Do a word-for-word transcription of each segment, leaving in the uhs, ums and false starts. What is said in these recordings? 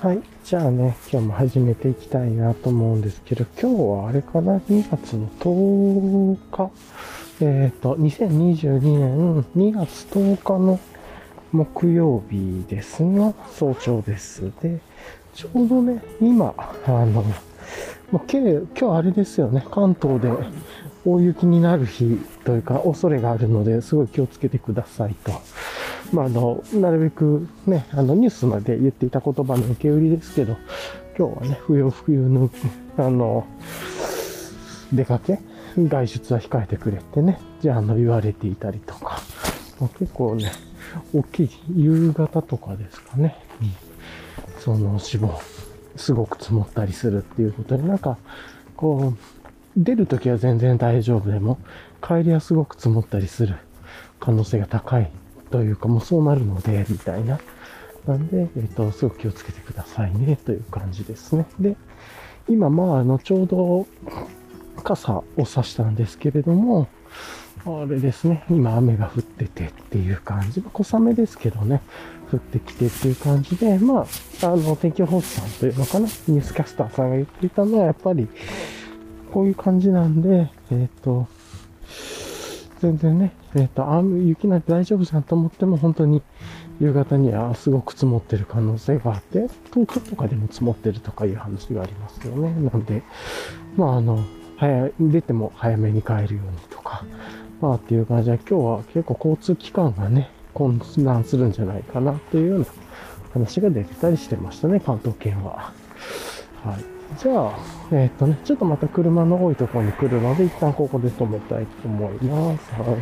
はい。じゃあね、今日も始めていきたいなと思うんですけど、今日はあれかな、にがつのとおか、えっと、にせんにじゅうにねんにがつとおかの木曜日ですが、早朝です。で、ちょうどね、今、あの、もう今日あれですよね、関東で大雪になる日というか、恐れがあるので、すごい気をつけてくださいと。まあ、あの、なるべくね、あの、ニュースまで言っていた言葉の受け売りですけど、今日はね、不要不急の、あの、出かけ、外出は控えてくれってね、じゃあ、あの、言われていたりとか、結構ね、大きい夕方とかですかね、うん、その死亡、すごく積もったりするっていうことで、なんか、こう、出るときは全然大丈夫でも、帰りはすごく積もったりする可能性が高いというか、もうそうなるので、みたいな。なんで、えっと、すごく気をつけてくださいね、という感じですね。で、今、まあ、あの、ちょうど、傘を差したんですけれども、あれですね、今雨が降っててっていう感じ。小雨ですけどね、降ってきてっていう感じで、まあ、あの、天気予報士さんというのかな、ニュースキャスターさんが言っていたのは、やっぱり、こういう感じなんで、えっと、全然ね、えっと、雨、雪なんて大丈夫じゃんと思っても、本当に夕方にはすごく積もってる可能性があって、東京とかでも積もってるとかいう話がありますよね。なんで、まあ、あの、早い、出ても早めに帰るようにとか、まあっていう感じで、今日は結構交通機関がね、混乱するんじゃないかなっていうような話が出てたりしてましたね、関東圏は。はい。じゃあ、えっとね、ちょっとまた車の多いところに来るので、一旦ここで止めたいと思います。はい。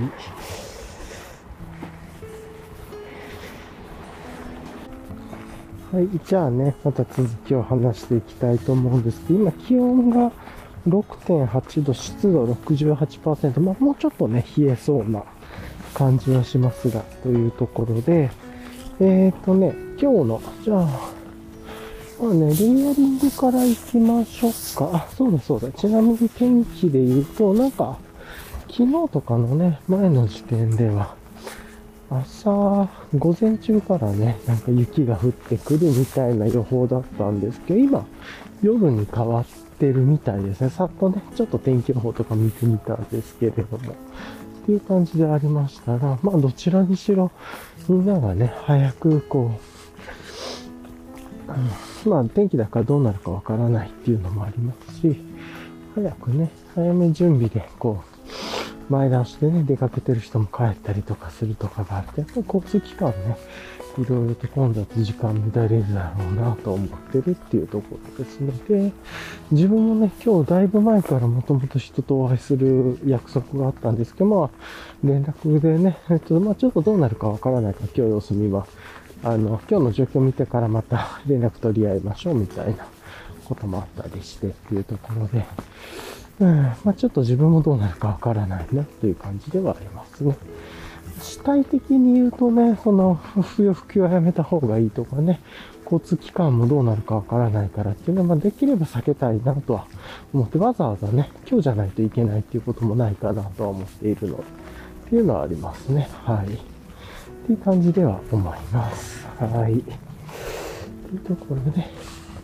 はい。じゃあね、また続きを話していきたいと思うんですけど、今気温がろくてんはちど、湿度 ろくじゅうはちパーセント、まあもうちょっとね、冷えそうな感じはしますが、というところで、えっとね、今日の、じゃあ、まあね、レイヤリングから行きましょうか。あ、そうだそうだ。ちなみに天気で言うと、なんか、昨日とかのね、前の時点では、朝、午前中からね、なんか雪が降ってくるみたいな予報だったんですけど、今、夜に変わってるみたいですね。さっとね、ちょっと天気予報とか見てみたんですけれども、っていう感じでありましたら、まあ、どちらにしろ、みんながね、早くこう、うん、まあ、天気だからどうなるかわからないっていうのもありますし、早くね、早め準備で、こう、前倒しでね、出かけてる人も帰ったりとかするとかがあって、やっぱり交通機関ね、いろいろと混雑時間乱れるだろうなと思ってるっていうところですので、自分もね、今日だいぶ前からもともと人とお会いする約束があったんですけど、まあ、連絡でね、えっと、まあちょっとどうなるかわからないから今日様子見は、あの、今日の状況を見てからまた連絡取り合いましょうみたいなこともあったりしてっていうところで、うん、まあちょっと自分もどうなるかわからないなっていう感じではありますね。主体的に言うとね、その、不要不急はやめた方がいいとかね、交通機関もどうなるかわからないからっていうのは、まあ、できれば避けたいなとは思って、わざわざね、今日じゃないといけないっていうこともないかなとは思っているので、っていうのはありますね。はい。っていう感じでは思います。はい。というところで、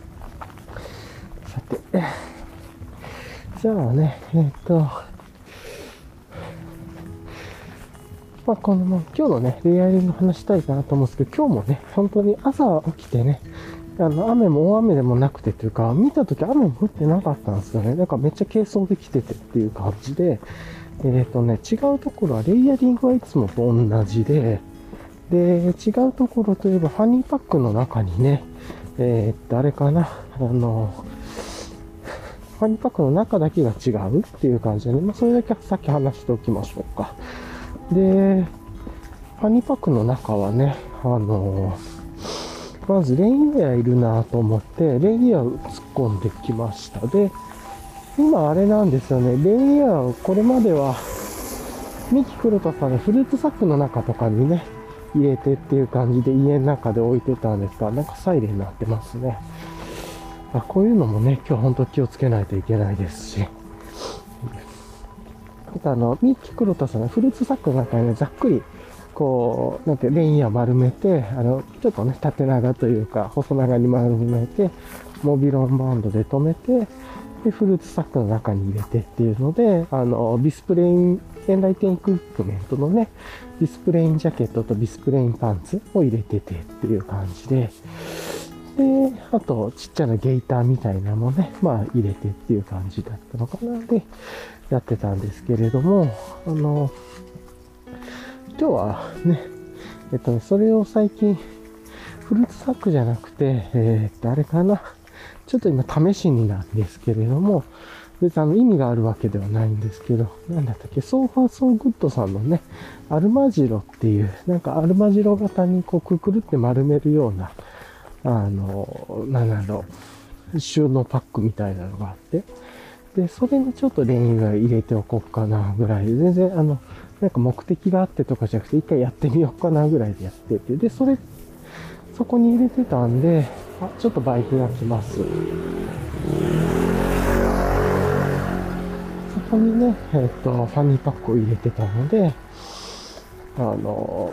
さて、じゃあね、えっと、まあ、この、まあ、今日のね、レイヤリング話したいかなと思うんですけど、今日もね、本当に朝起きてね、あの、雨も大雨でもなくてというか、見たとき雨も降ってなかったんですよね。だからめっちゃ軽装できててっていう感じで、えっ、ー、とね、違うところはレイヤリングはいつもと同じで、で、違うところといえば、ファニーパックの中にね、えー、っと、あれかな、あの、ファニーパックの中だけが違うっていう感じでね、まあ、それだけさっき話しておきましょうか。で、ファニーパックの中はね、あのー、まずレインウェアいるなと思って、レインウェアを突っ込んできました。で、今あれなんですよね、レインウェアをこれまでは、ミキ黒田さんのフルーツサックの中とかにね、入れてっていう感じで家の中で置いてたんですが、なんかサイレンになってますね。あ、こういうのもね、今日本当気をつけないといけないですし。あとあの、ミッキー黒田さんのフルーツサックの中にね、ざっくりこう、なんて、レインイヤー丸めて、あの、ちょっとね、縦長というか、細長に丸めて、モビロンバンドで留めて、で、フルーツサックの中に入れてっていうので、あの、ビスプレイン、エンライテンエクイプメントのね、ビスプレインジャケットとビスプレインパンツを入れててっていう感じで、で、あと、ちっちゃなゲイターみたいなのもね、まあ入れてっていう感じだったのかな。で、やってたんですけれども、あの、今日はね、えっとね、それを最近、フルーツサックじゃなくて、えー、っと、あれかな。ちょっと今試しになんですけれども、別にあの意味があるわけではないんですけど、なんだったっけ、ソーファーソーグッドさんのね、アルマジロっていう、なんかアルマジロ型にこうくくるって丸めるような、あの、なんだろう、収納パックみたいなのがあって、で、それにちょっとレインウェア入れておこうかなぐらいで、全然あの、なんか目的があってとかじゃなくて、一回やってみようかなぐらいでやってて、で、それ、そこに入れてたんで、あ、ちょっとバイクが来ます。そこにね、えっと、ファニーパックを入れてたので、あの、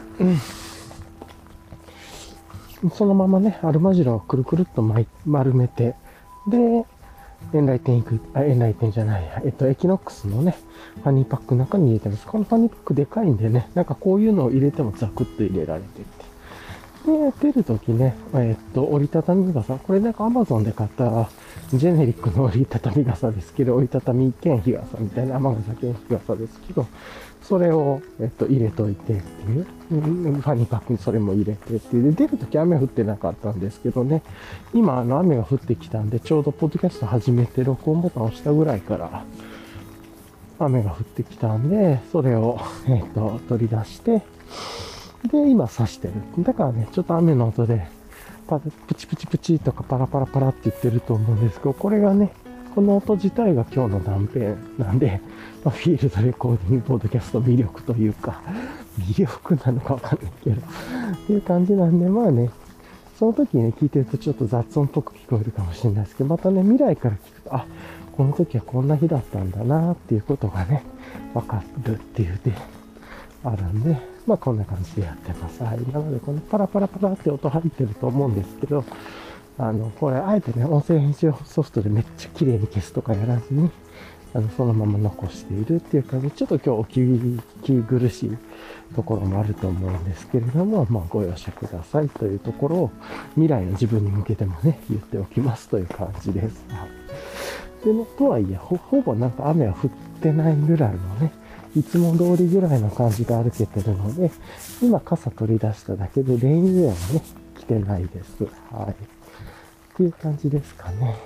うん、そのままね、アルマジロをくるくるっと丸めて、で、エンライテン行く、あ、エンライテンじゃないや、えっと、エキノックスのね、ファニーパックの中に入れてます。このファニーパックでかいんでね、なんかこういうのを入れてもザクッと入れられてって。で、出るときね、えっと、折りたたみ傘。これなんか Amazon で買ったジェネリックの折りたたみ傘ですけど、折りたたみ兼日傘みたいな雨傘兼日傘ですけど、それを、えっと、入れといてっていう、ファニーパックにそれも入れてっていう。で、出るとき雨降ってなかったんですけどね、今、あの、雨が降ってきたんで、ちょうどポッドキャスト始めて録音ボタンを押したぐらいから、雨が降ってきたんで、それを、えっと、取り出して、で、今刺してる。だからね、ちょっと雨の音で、パプチプチプチとかパラパラパラって言ってると思うんですけど、これがね、この音自体が今日の断片なんで、まあ、フィールドレコーディングポッドキャスト魅力というか、魅力なのかわかんないけど、っていう感じなんで、まあね、その時ね、聞いてるとちょっと雑音っぽく聞こえるかもしれないですけど、またね、未来から聞くと、あ、この時はこんな日だったんだなっていうことがね、わかるっていうで、あるんで、まあこんな感じでやってます。はい。なので、このパラパラパラって音入ってると思うんですけど、あの、これ、あえてね、音声編集ソフトでめっちゃ綺麗に消すとかやらずに、あの、そのまま残しているっていう感じで、ちょっと今日お聞き苦しいところもあると思うんですけれども、まあご容赦くださいというところを、未来の自分に向けてもね、言っておきますという感じです。はい。でね、とはいえ、ほ、ほぼなんか雨は降ってないぐらいのね、いつも通りぐらいの感じが歩けてるので、今傘取り出しただけでレインウェアはね、着てないです。はい。っていう感じですかね。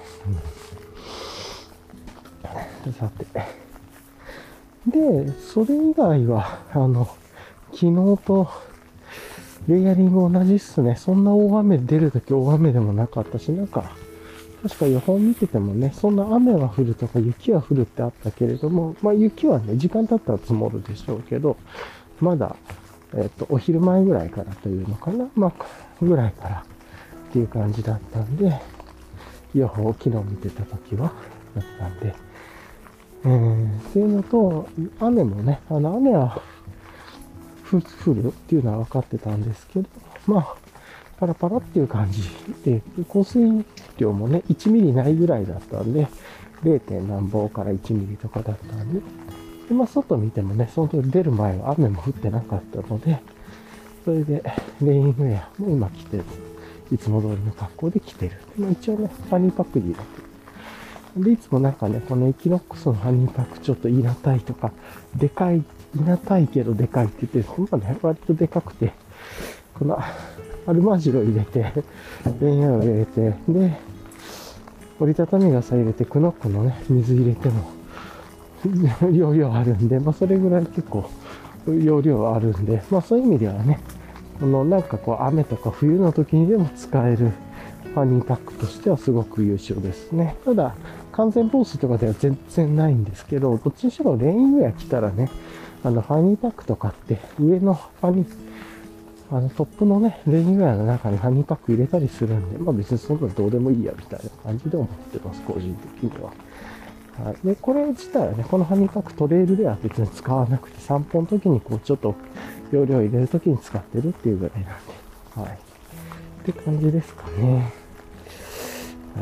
うん、さて。で、それ以外は、あの、昨日とレイヤリング同じっすね。そんな大雨出るとき大雨でもなかったし、なんか、確か予報見ててもね、そんな雨は降るとか雪は降るってあったけれども、まあ雪はね、時間経ったら積もるでしょうけど、まだ、えっと、お昼前ぐらいからというのかな、まあ、ぐらいからっていう感じだったんで、予報を昨日見てた時は、だったんで、えー、っていうのと、雨もね、あの、雨は降るっていうのは分かってたんですけど、まあ、パラパラっていう感じで、降水量もね、いちミリないぐらいだったんで、れい. 何本からいちミリとかだったんで、でまあ、外見てもね、その通り出る前は雨も降ってなかったので、それで、レインウェアも今着てる。いつも通りの格好で着てる。まあ、一応ね、ファニーパックに入れてる。で、いつもなんかね、このエキノックスのファニーパックちょっといなたいとか、でかい、いなたいけどでかいって言って、まあね、割とでかくて、この、アルマジロ入れて、レインウェアを入れて、で、折りたたみ傘入れて、クノックのね、水入れても、容量あるんで、まあそれぐらい結構、容量あるんで、まあそういう意味ではね、このなんかこう雨とか冬の時にでも使えるファニーパックとしてはすごく優秀ですね。ただ、完全防水とかでは全然ないんですけど、どっちにしろレインウェア着たらね、あのファニーパックとかって上のファニー、あのトップのね、レインウェアの中にハニーパック入れたりするんで、まあ別にそんなのどうでもいいやみたいな感じで思ってます、個人的には。 はい。で、これ自体はね、このハニーパックトレイルでは別に使わなくて、散歩の時にこう、ちょっと容量入れる時に使ってるっていうぐらいなんで、はい。って感じですかね。はい。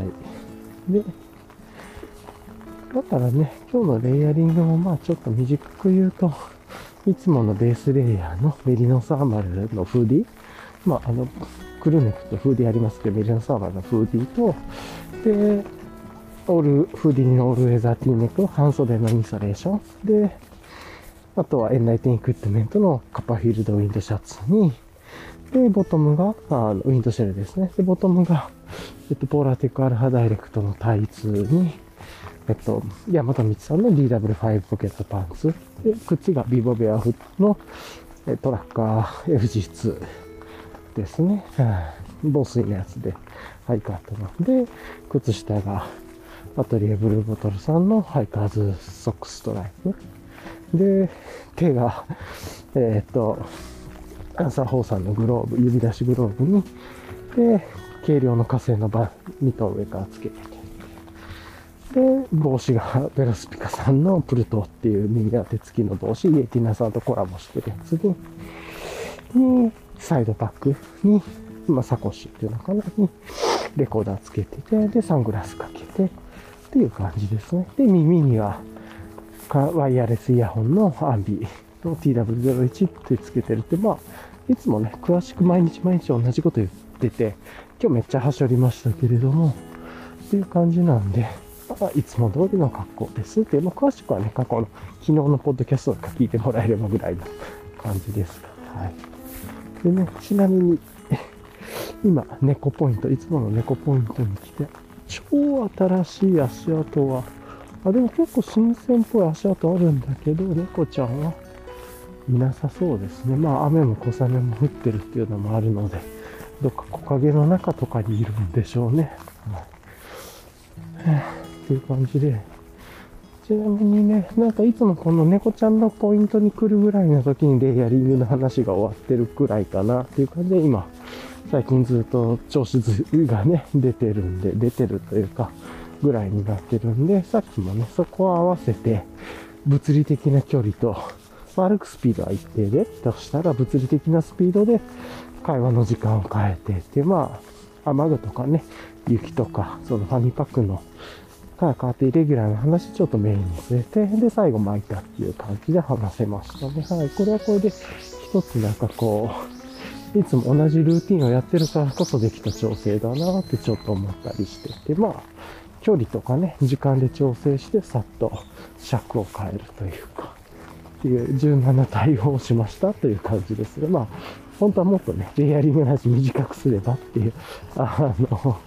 で、だからね、今日のレイヤリングもまあちょっと短く言うと、いつものベースレイヤーのメリノサーマルのフーディー、まああの、クルーネックとフーディーありますけど、メリノサーマルのフーディーと、で、オール、フーディーのオールウェザーティーネックの半袖のインソレーション。で、あとはエンライテンエクイプメントのカッパーフィールドウィンドシャツに、で、ボトムが、あのウィンドシェルですね。で、ボトムが、えっと、ポーラーテックアルファダイレクトのタイツに、えっと、ヤマトミツさんの ディーダブリューファイブ ポケットパンツ。で、靴がビボベアフットのトラッカー エフジーツー ですね。防水のやつで、ハイカットなんで、靴下がアトリエブルーボトルさんのハイカーズソックストライプ。で、手が、えー、っと、アンサーホーさんのグローブ、指出しグローブに、で、軽量の火星のバミトン上からつけてて、で、帽子がベロスピカさんのプルトっていう耳当て付きの帽子、イエティナさんとコラボしてるやつに、に、サイドパックに、まあ、サコッシュっていうのかな、に、レコーダーつけてて、で、サングラスかけて、っていう感じですね。で、耳には、ワイヤレスイヤホンのアンビの ティーダブリューゼロワン ってつけてるって、まあ、いつもね、詳しく毎日毎日同じこと言ってて、今日めっちゃはしょりましたけれども、っていう感じなんで、まあ、いつも通りの格好ですって、まあ、詳しくはね、過去の昨日のポッドキャストとか聞いてもらえればぐらいの感じですが、はい。でね、ちなみに、今、猫ポイント、いつもの猫ポイントに来て、超新しい足跡は、あ、でも結構新鮮っぽい足跡あるんだけど、猫ちゃんはいなさそうですね。まあ雨も小雨も降ってるっていうのもあるので、どっか木陰の中とかにいるんでしょうね。はい、っていう感じで。ちなみにね、なんかいつもこの猫ちゃんのポイントに来るぐらいの時にレイヤリングの話が終わってるくらいかなっていう感じで、今、最近ずっと調子がね、出てるんで、出てるというか、ぐらいになってるんで、さっきもね、そこを合わせて、物理的な距離と、歩くスピードは一定で、としたら物理的なスピードで会話の時間を変えてって、まあ、雨具とかね、雪とか、そのファニーパックのから変わってイレギュラーな話ちょっとメインに据えて、で、最後巻いたっていう感じで話せましたね。はい。これはこれで一つなんかこう、いつも同じルーティンをやってるからこそできた調整だなってちょっと思ったりしてて、まあ、距離とかね、時間で調整してさっと尺を変えるというか、っていう柔軟な対応をしましたという感じですね。まあ、本当はもっとね、レイヤリングの話短くすればっていう、あの、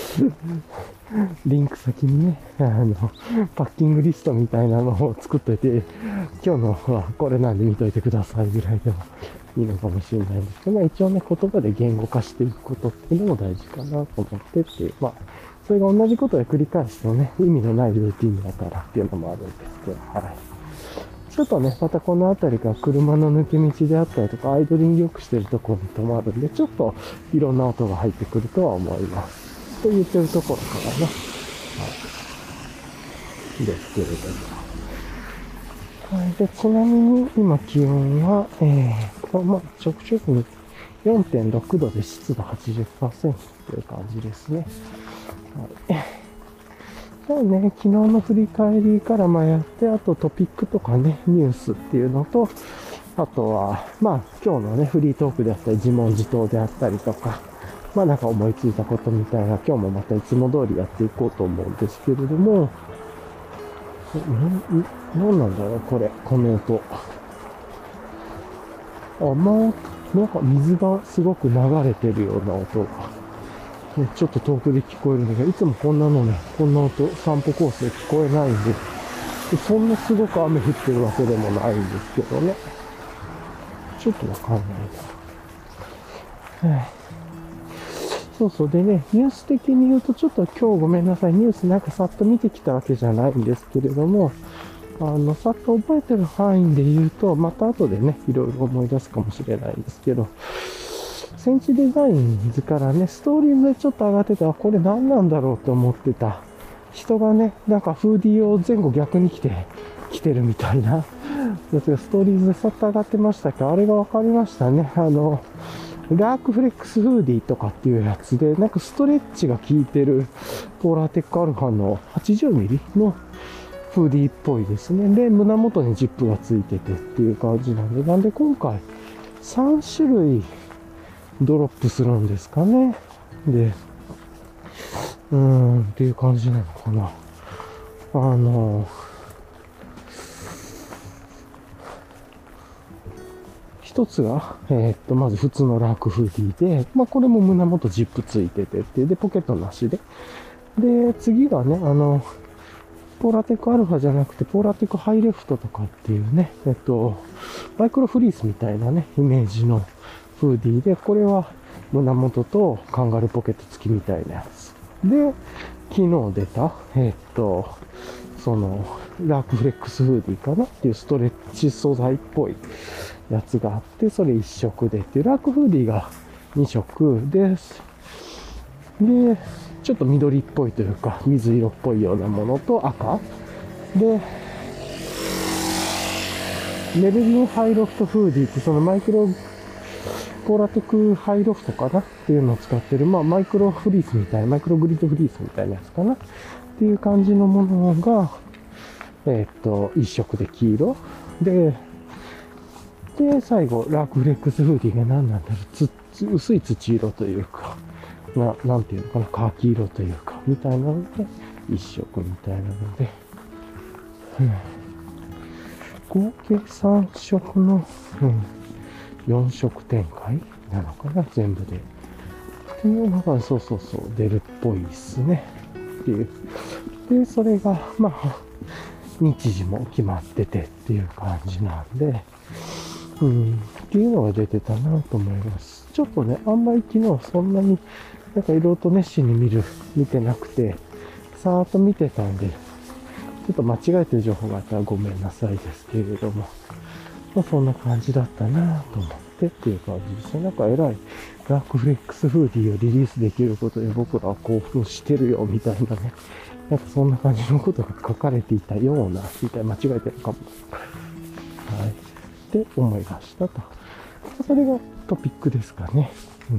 リンク先にね、あの、パッキングリストみたいなのを作っといて、今日のはこれなんで見といてくださいぐらいでもいいのかもしれないんですけど、まあ一応ね、言葉で言語化していくことっていうのも大事かなと思ってっていう、まあ、それが同じことで繰り返すとね、意味のないルーティンだからっていうのもあるんですけど、はい。ちょっとね、またこの辺りが車の抜け道であったりとか、アイドリングよくしてるところに止まるんで、ちょっといろんな音が入ってくるとは思います。と言ってるところからね、はい、ですけれども。はい、で、ちなみに今気温は、えーと、まあ、ちょくちょくに よんてんろく 度で湿度 はちじゅっパーセント という感じですね。はい。じゃあね、昨日の振り返りからまあやって、あとトピックとかね、ニュースっていうのと、あとは、まあ今日のね、フリートークであったり、自問自答であったりとか、まあなんか思いついたことみたいな、今日もまたいつも通りやっていこうと思うんですけれども、な、なんなんだろう、これ、この音。あ、まあ、なんか水がすごく流れてるような音が。ね、ちょっと遠くで聞こえるんだけど、いつもこんなのね、こんな音、散歩コースで聞こえないんで、でそんなすごく雨降ってるわけでもないんですけどね。ちょっとわかんないな。はい、そうそう。でね、ニュース的に言うと、ちょっと今日ごめんなさい、ニュースなんかさっと見てきたわけじゃないんですけれども、あの、さっと覚えてる範囲で言うと、また後でね、いろいろ思い出すかもしれないんですけど、センチデザインズからね、ストーリーズでちょっと上がってた、これ何なんだろうと思ってた、 人がね、なんかフーディーを前後逆に来て、来てるみたいなやつがストーリーズでさっと上がってましたけど、あれが分かりましたね。あの、ラークフレックスフーディーとかっていうやつで、なんかストレッチが効いてるポーラーテックアルファの はちじゅうミリ のフーディーっぽいですね。で、胸元にジップがついててっていう感じなんで、なんで今回さん種類ドロップするんですかね。で、うーん、っていう感じなのかな。あの、一つが、えー、っと、まず普通のラークフーディーで、まあこれも胸元ジップついててっていう、で、ポケットなしで。で、次がね、あの、ポーラテックアルファじゃなくて、ポーラテックハイレフトとかっていうね、えっと、マイクロフリースみたいなね、イメージのフーディーで、これは胸元とカンガルーポケット付きみたいなやつ。で、昨日出た、えっと、その、ラークフレックスフーディーかなっていうストレッチ素材っぽいやつがあって、それ一色でっていう、ラークフーディーがに色です。で、ちょっと緑っぽいというか、水色っぽいようなものと赤。で、メルリンハイロフトフーディーってそのマイクロ、ポーラテックハイロフトかなっていうのを使ってる、まあマイクロフリースみたいな、マイクログリッドフリースみたいなやつかなっていう感じのものが、えー、っと、一色で黄色。で、で、最後、ラークフレックスフーディーが何なんだろう、つ、薄い土色というか、な、なんていうのかな、カーキ色というか、みたいなので、一色みたいなので、うん、合計さん色の、うん、よん色展開なのかな、全部で。っていうのが、そうそうそう、出るっぽいですね。っていう。で、それが、まあ、日時も決まっててっていう感じなんで、うん、っていうのが出てたなと思います。ちょっとね、あんまり昨日そんなになんかいろいろと熱心に見る、見てなくて、さーっと見てたんで、ちょっと間違えてる情報があったらごめんなさいですけれども、まあそんな感じだったなと思ってっていう感じですね。なんか偉い、ラークフレックスフーディーをリリースできることで僕らは興奮してるよみたいなね、なんかそんな感じのことが書かれていたような、みたいな間違えてるかも。はい。って思いましたと。それがトピックですかね。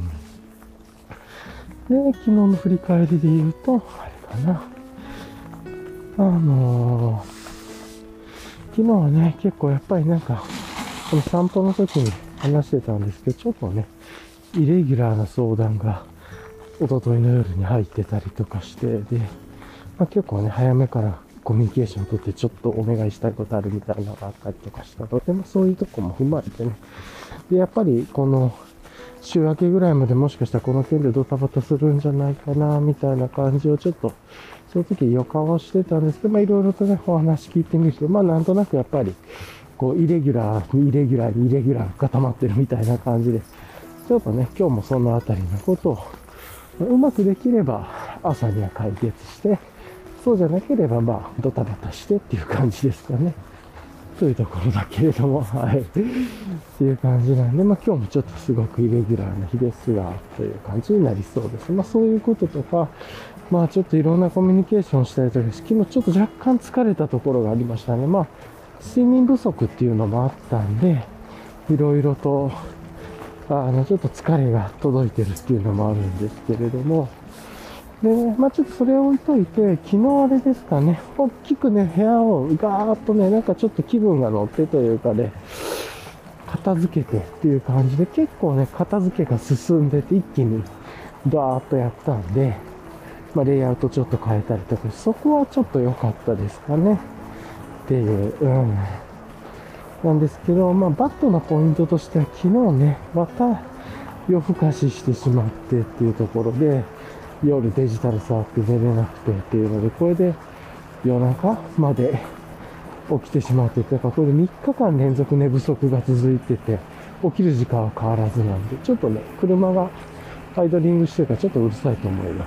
うん。で、昨日の振り返りで言うと、あれかな。あのー、昨日はね、結構やっぱりなんか、この散歩の時に話してたんですけど、ちょっとね、イレギュラーな相談が、一昨日の夜に入ってたりとかして、で、まあ、結構ね、早めからコミュニケーション取ってちょっとお願いしたいことあるみたいなのがあったりとかしたので、まあ、そういうとこも踏まえてね。で、やっぱりこの週明けぐらいまでもしかしたらこの件でドタバタするんじゃないかな、みたいな感じをちょっと、その時予感をしてたんですけど、まあいろいろとね、お話聞いてみると、まあなんとなくやっぱり、こう、イレギュラーにイレギュラーにイレギュラーが固まってるみたいな感じで、ちょっとね、今日もそのあたりのことを、うまくできれば朝には解決して、そうじゃなければまあドタバタしてっていう感じですかね。というところだけれども、はい。っていう感じなんで、まあ今日もちょっとすごくイレギュラーな日ですが、という感じになりそうです。まあそういうこととか、まあちょっといろんなコミュニケーションしたりとか、昨日ちょっと若干疲れたところがありましたね。まあ睡眠不足っていうのもあったんで、いろいろと、あの、ちょっと疲れが届いてるっていうのもあるんですけれども、で、まあちょっとそれを置いといて、昨日あれですかね、大きくね、部屋をガーッとね、なんかちょっと気分が乗ってというかね、片付けてっていう感じで、結構ね、片付けが進んでて、一気にバーッとやったんで、まあレイアウトちょっと変えたりとか、そこはちょっと良かったですかね。っていう、うん。なんですけど、まあバットのポイントとしては、昨日ね、また夜更かししてしまってっていうところで、夜デジタル触って寝れなくてっていうので、これで夜中まで起きてしまってて、これでみっかかん連続寝不足が続いてて、起きる時間は変わらずなんで、ちょっとね、車がアイドリングしてるからちょっとうるさいと思います。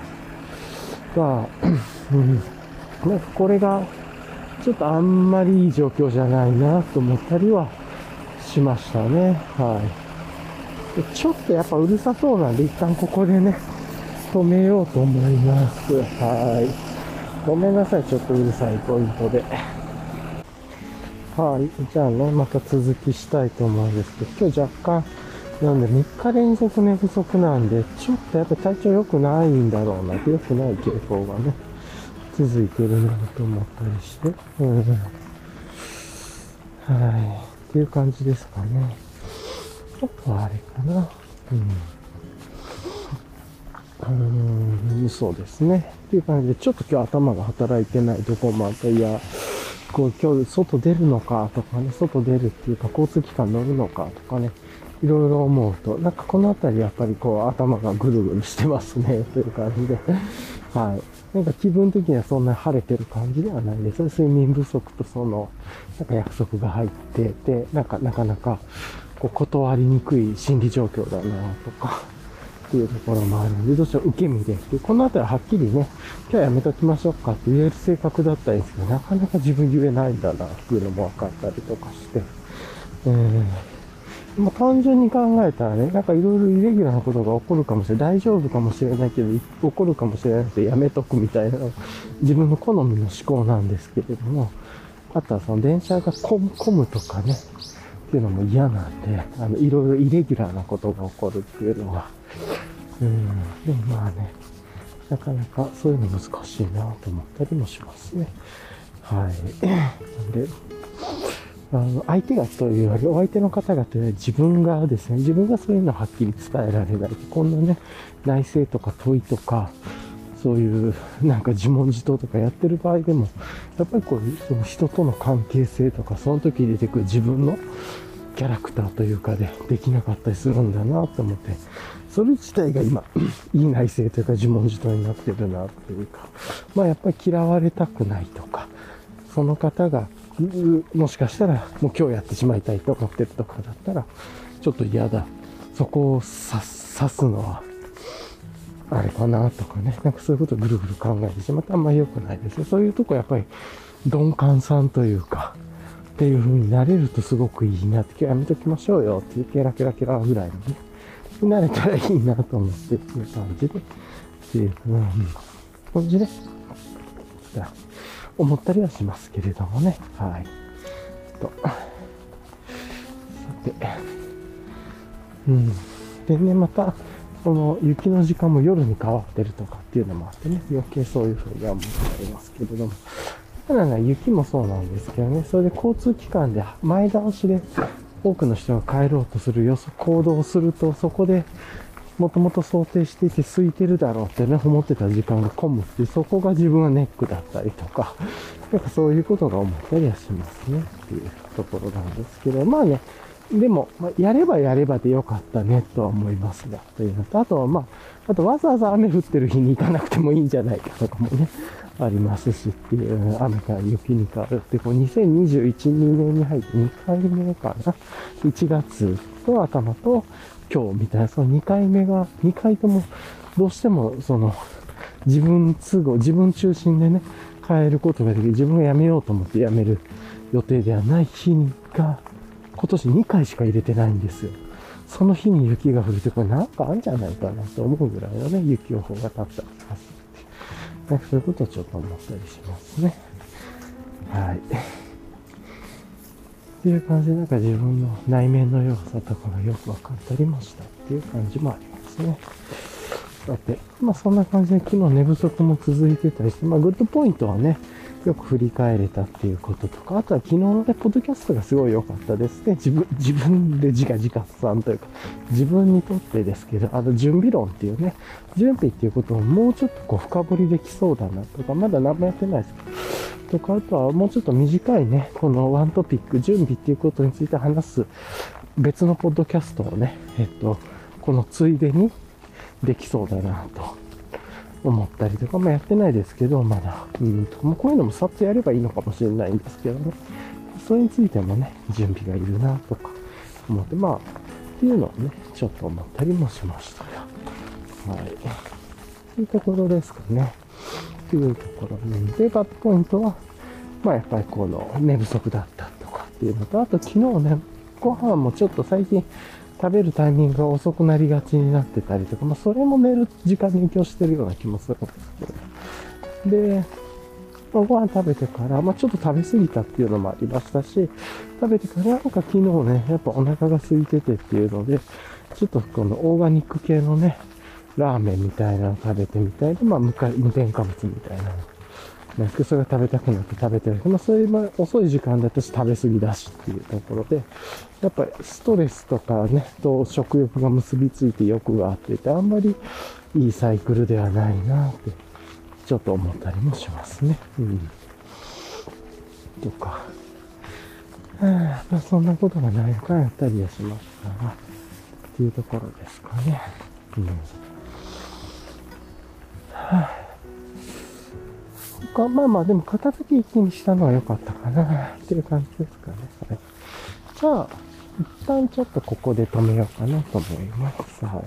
が、うん、なんかこれがちょっとあんまりいい状況じゃないなと思ったりはしましたね。はい。ちょっとやっぱうるさそうなんで、一旦ここでね、止めようと思います。はい。 ごめんなさい、ちょっとうるさいポイントで。はい。じゃあね、また続きしたいと思うんですけど、今日若干、なんでみっか連続寝不足なんで、ちょっとやっぱ体調良くないんだろうな、良くない傾向がね、続いてるなと思ったりして、うん。はい。っていう感じですかね。あとはあれかな。うん。うーん、そうですね。っていう感じで、ちょっと今日頭が働いてないとこもあった。いや、こう今日外出るのかとかね、外出るっていうか交通機関乗るのかとかね、いろいろ思うと、なんかこのあたりやっぱりこう頭がぐるぐるしてますね、という感じで。はい。なんか気分的にはそんなに晴れてる感じではないです。睡眠不足とその、なんか約束が入ってて、なんかなかなかこう断りにくい心理状況だなとか、っていうところもあるんで、どうしても受け身で、でこのあたりははっきりね、今日はやめときましょうかって言える性格だったりですけど、なかなか自分言えないんだなっていうのも分かったりとかして、えー、まあ、単純に考えたらね、なんかいろいろイレギュラーなことが起こるかもしれない、大丈夫かもしれないけど、起こるかもしれないのでやめとくみたいな、自分の好みの思考なんですけれども、あとはその電車が混むとかね、っていうのも嫌なんで、あの、いろいろイレギュラーなことが起こるっていうのは、うん、でもまあね、なかなかそういうの難しいなと思ったりもしますね。はい。なんで、あの、相手がというより、お相手の方がというより自分がですね、自分がそういうのをはっきり伝えられない。こんなね、内政とか問いとか、そういうなんか自問自答とかやってる場合でも、やっぱりこういう、その人との関係性とか、その時出てくる自分のキャラクターというかでできなかったりするんだなと思って、それ自体が今、いい内政というか自問自答になってるなというか、まあやっぱり嫌われたくないとか、その方が、もしかしたらもう今日やってしまいたいと思ってるとかだったら、ちょっと嫌だ。そこを刺すのは、あれかなとかね、なんかそういうことをぐるぐる考えてしまってあんまり良くないですよ。そういうとこやっぱり鈍感さんというか、っていう風になれるとすごくいいなって、今日やめときましょうよっていうケラケラケラぐらいのね、になれたらいいなと思ってっていう感じで、っていう、うん、感じで、思ったりはしますけれどもね。はい。と。さて。うん。でね、また、その雪の時間も夜に変わってるとかっていうのもあってね、余計そういう風には思っていますけれども。ただね、雪もそうなんですけどね、それで交通機関で前倒しで多くの人が帰ろうとする予測、行動をすると、そこでもともと想定していて空いてるだろうってね、思ってた時間が混むっていう、そこが自分はネックだったりとか、なんかそういうことが思ったりはしますねっていうところなんですけど、まあね、でも、まあ、やればやればでよかったねとは思いますが、というのと、あとはまあ、あとわざわざ雨降ってる日に行かなくてもいいんじゃないかとかもね、ありますしっていう、雨から雪に変わるって、こうにせんにじゅういち、にねんに入ってにかいめかな。いちがつと頭と今日みたいな、そのにかいめが、にかいともどうしてもその自分都合、自分中心でね、変えることができる。自分が辞めようと思って辞める予定ではない日が、今年にかいしか入れてないんですよ。その日に雪が降るって、これなんかあるんじゃないかなと思うぐらいのね、雪予報が立ったりします。なんかそういうことをちょっと思ったりしますね。はい。っていう感じで、なんか自分の内面の良さとかがよく分かったりもしたっていう感じもありますね。さて、まあそんな感じで昨日寝不足も続いてたりして、まあグッドポイントはね、よく振り返れたっていうこととか、あとは昨日のね、ポッドキャストがすごい良かったですね。自分、自分で自画自賛さんというか、自分にとってですけど、あの、準備論っていうね、準備っていうことをもうちょっとこう深掘りできそうだなとか、まだ何もやってないですけど、とか、あとはもうちょっと短いね、このワントピック、準備っていうことについて話す別のポッドキャストをね、えっと、このついでにできそうだなと。思ったりとか、まあやってないですけど、まだ、うんと、もうこういうのもさっとやればいいのかもしれないんですけどね。それについてもね、準備がいるなとか思って、まあ、っていうのをね、ちょっと思ったりもしましたよ。はい。というところですかね。というところで、バッドポイントは、まあやっぱりこの寝不足だったとかっていうのと、あと昨日ね、ご飯もちょっと最近、食べるタイミングが遅くなりがちになってたりとか、まあそれも寝る時間に影響してるような気もするんですけど。で、 まあ、ご飯食べてから、まあ、ちょっと食べ過ぎたっていうのもありましたし、食べてからなんか昨日ね、やっぱお腹が空いててっていうので、ちょっとこのオーガニック系のね、ラーメンみたいなの食べてみたいで、まあ無か無添加物みたいなの。なんですけど、それが食べたくなって食べてる。まあそういう、まあ、遅い時間だと食べ過ぎだしっていうところで、やっぱりストレスとかね、と食欲が結びついて欲があってて、あんまりいいサイクルではないなって、ちょっと思ったりもしますね。うん。とか。はあ、まあそんなことがないかやったりはしましたが、っていうところですかね。うん。はあ、他まあまあでも片付け一気にしたのは良かったかなっていう感じですかね。はい。じゃあ、一旦ちょっとここで止めようかなと思います。はい。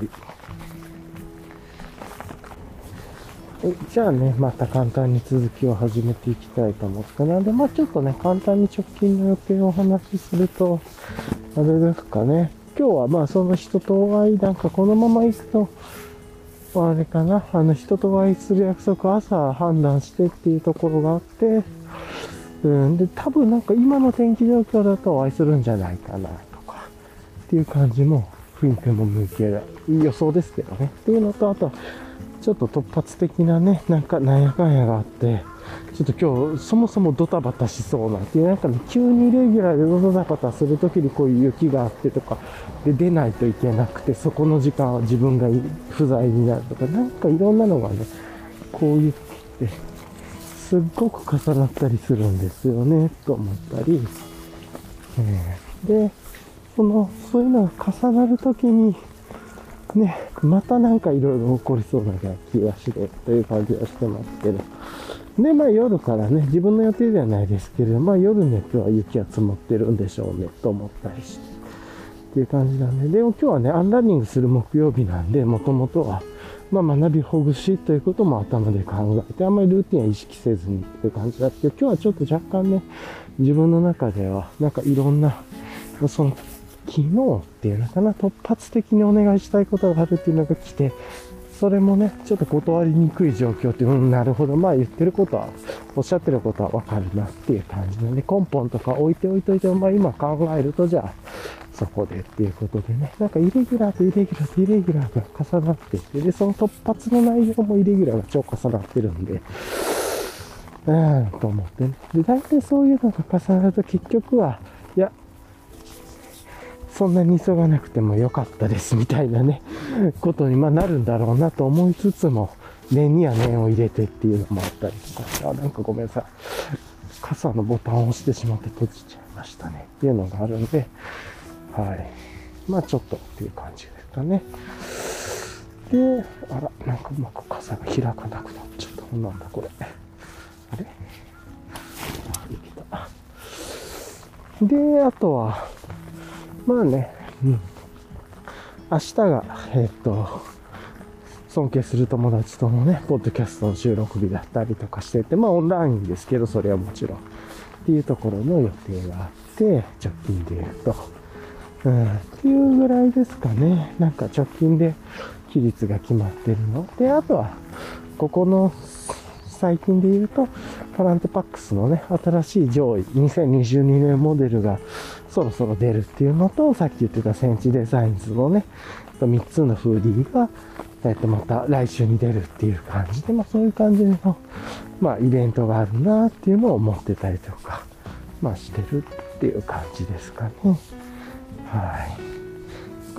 じゃあね、また簡単に続きを始めていきたいと思ったので、まあちょっとね、簡単に直近の予定をお話しすると、あれですかね。今日はまあその人とお会い、なんかこのまま行くと、あれかな、あの人とお会いする約束朝判断してっていうところがあって、うん、で、多分なんか今の天気状況だとお会いするんじゃないかなとか、っていう感じも、雰囲気も向ける、予想ですけどね。っていうのと、あと、ちょっと突発的なね、なんかなんやかんやがあって、ちょっと今日そもそもドタバタしそうなっていう、なんかね、急にレギュラーでドタバタするときにこういう雪があってとか、で出ないといけなくて、そこの時間は自分が不在になるとか、なんかいろんなのがね、こういう時って、すっごく重なったりするんですよね、と思ったり、えー、で、その、そういうのが重なるときに、ね、またなんかいろいろ起こりそうな気がしてという感じはしてますけど。で、まあ夜からね、自分の予定ではないですけれど、まあ夜ね、今日は雪が積もってるんでしょうね、と思ったりして。っていう感じなんで、でも今日はね、アンランニングする木曜日なんで、もともとは、まあ学びほぐしということも頭で考えて、あんまりルーティンは意識せずにっていう感じだけど、今日はちょっと若干ね、自分の中では、なんかいろんな、その、昨日っていうのかな、突発的にお願いしたいことがあるっていうのが来て、それもね、ちょっと断りにくい状況っていう、うん、なるほど、まあ言ってることは、おっしゃってることはわかるなっていう感じなんで、根本とか置いておいといても、まあ今考えると、じゃあ、そこでっていうことでね、なんかイレギュラーとイレギュラーとイレギュラーが重なっていて、で、その突発の内容もイレギュラーが超重なってるんで、うーん、と思ってね。で、大体そういうのが重なると結局は、いや、そんなに急がなくてもよかったですみたいなね、ことにまあなるんだろうなと思いつつも、念には念を入れてっていうのもあったりとかして、あ、なんかごめんなさい。傘のボタンを押してしまって閉じちゃいましたね。っていうのがあるんで、はい。まあちょっとっていう感じですかね。で、あら、なんかうまく傘が開かなくなっちゃった。なんだこれ。あれあ、いけた。で、あとは、まあね、うん。明日が、えっと、尊敬する友達とのね、ポッドキャストの収録日だったりとかしてて、まあオンラインですけど、それはもちろん。っていうところの予定があって、直近で言うと。うん、っていうぐらいですかね。なんか直近で期日が決まってるの。で、あとは、ここの最近で言うと、カラントパックスのね、新しい上位、にせんにじゅうにねんモデルがそろそろ出るっていうのと、さっき言ってたセンチデザインズのね、みっつのフーディーが、えっと、また来週に出るっていう感じで、まあそういう感じの、まあイベントがあるなっていうのを思ってたりとか、まあしてるっていう感じですかね。はい。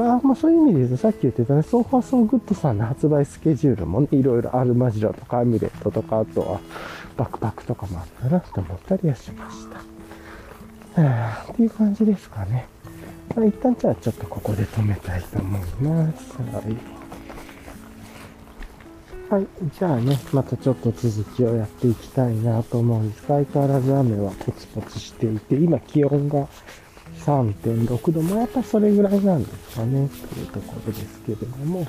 あ、まあそういう意味で言うと、さっき言ってたね、ソーファーソーグッドさんの発売スケジュールもね、いろいろアルマジロとかアミュレットとか、あとはバックパックとかもあったなと思ったりはしました。はあ、っていう感じですかね。まあ、一旦じゃあちょっとここで止めたいと思います。はい。はい。じゃあね、またちょっと続きをやっていきたいなと思うんですが、相変わらず雨はポツポツしていて、今気温が さんてんろく 度もやっぱそれぐらいなんですかね、というところですけれども、はい。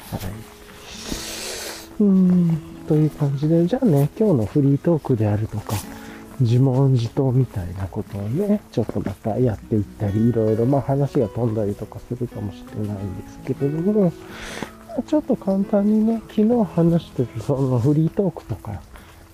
うーん、という感じで、じゃあね、今日のフリートークであるとか、自問自答みたいなことをね、ちょっとまたやっていったり、いろいろ、まあ話が飛んだりとかするかもしれないんですけれども、ちょっと簡単にね、昨日話してるそのフリートークとか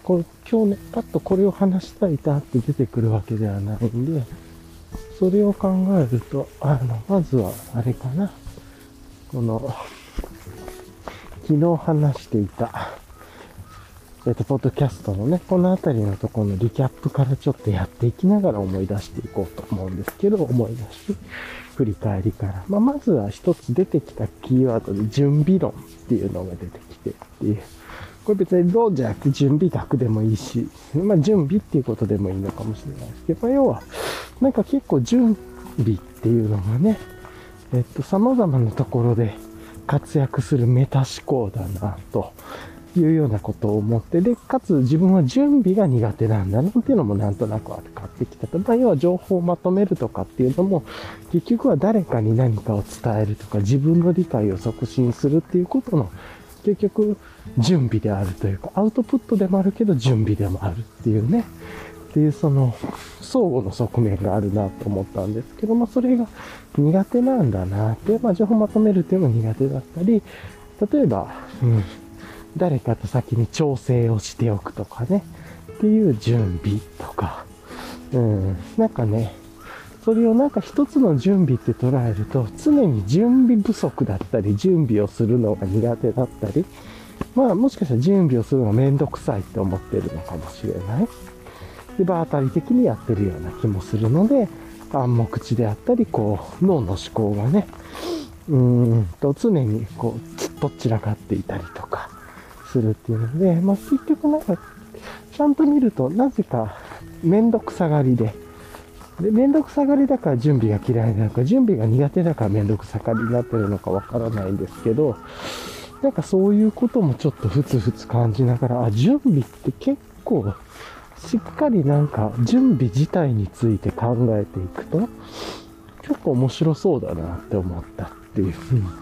これ今日ね、パッとこれを話したいなって出てくるわけではないんで、それを考えると、あの、まずは、あれかな。この、昨日話していた、えっと、ポッドキャストのね、このあたりのところのリキャップからちょっとやっていきながら思い出していこうと思うんですけど、思い出し、振り返りから。まあ、まずは一つ出てきたキーワードで準備論っていうのが出てきてっていう。これ別にどうじゃなくて準備学でもいいし、まあ準備っていうことでもいいのかもしれないですけど、要は、なんか結構準備っていうのがね、えっと、様々なところで活躍するメタ思考だな、というようなことを思って、で、かつ自分は準備が苦手なんだなっていうのもなんとなく分かってきたと。まあ、要は情報をまとめるとかっていうのも、結局は誰かに何かを伝えるとか、自分の理解を促進するっていうことの、結局、準備であるというか、アウトプットでもあるけど、準備でもあるっていうね。っていう、その、相互の側面があるなと思ったんですけど、まあ、それが苦手なんだなって、まあ、情報まとめるっていうのが苦手だったり、例えば、うん、誰かと先に調整をしておくとかね、っていう準備とか、うん、なんかね、それをなんか一つの準備って捉えると、常に準備不足だったり、準備をするのが苦手だったり、まあもしかしたら準備をするのがめんどくさいって思ってるのかもしれない。で、場当たり的にやってるような気もするので、暗黙知であったり、こう、脳の思考がね、うーんと常にこう、ずっと散らかっていたりとかするっていうので、まあ結局なんか、ちゃんと見ると、なぜかめんどくさがりで、で、めんどくさがりだから準備が嫌いなのか、準備が苦手だからめんどくさがりになってるのかわからないんですけど、なんかそういうこともちょっとふつふつ感じながら、あ、準備って結構、しっかりなんか準備自体について考えていくと、結構面白そうだなって思ったっていう。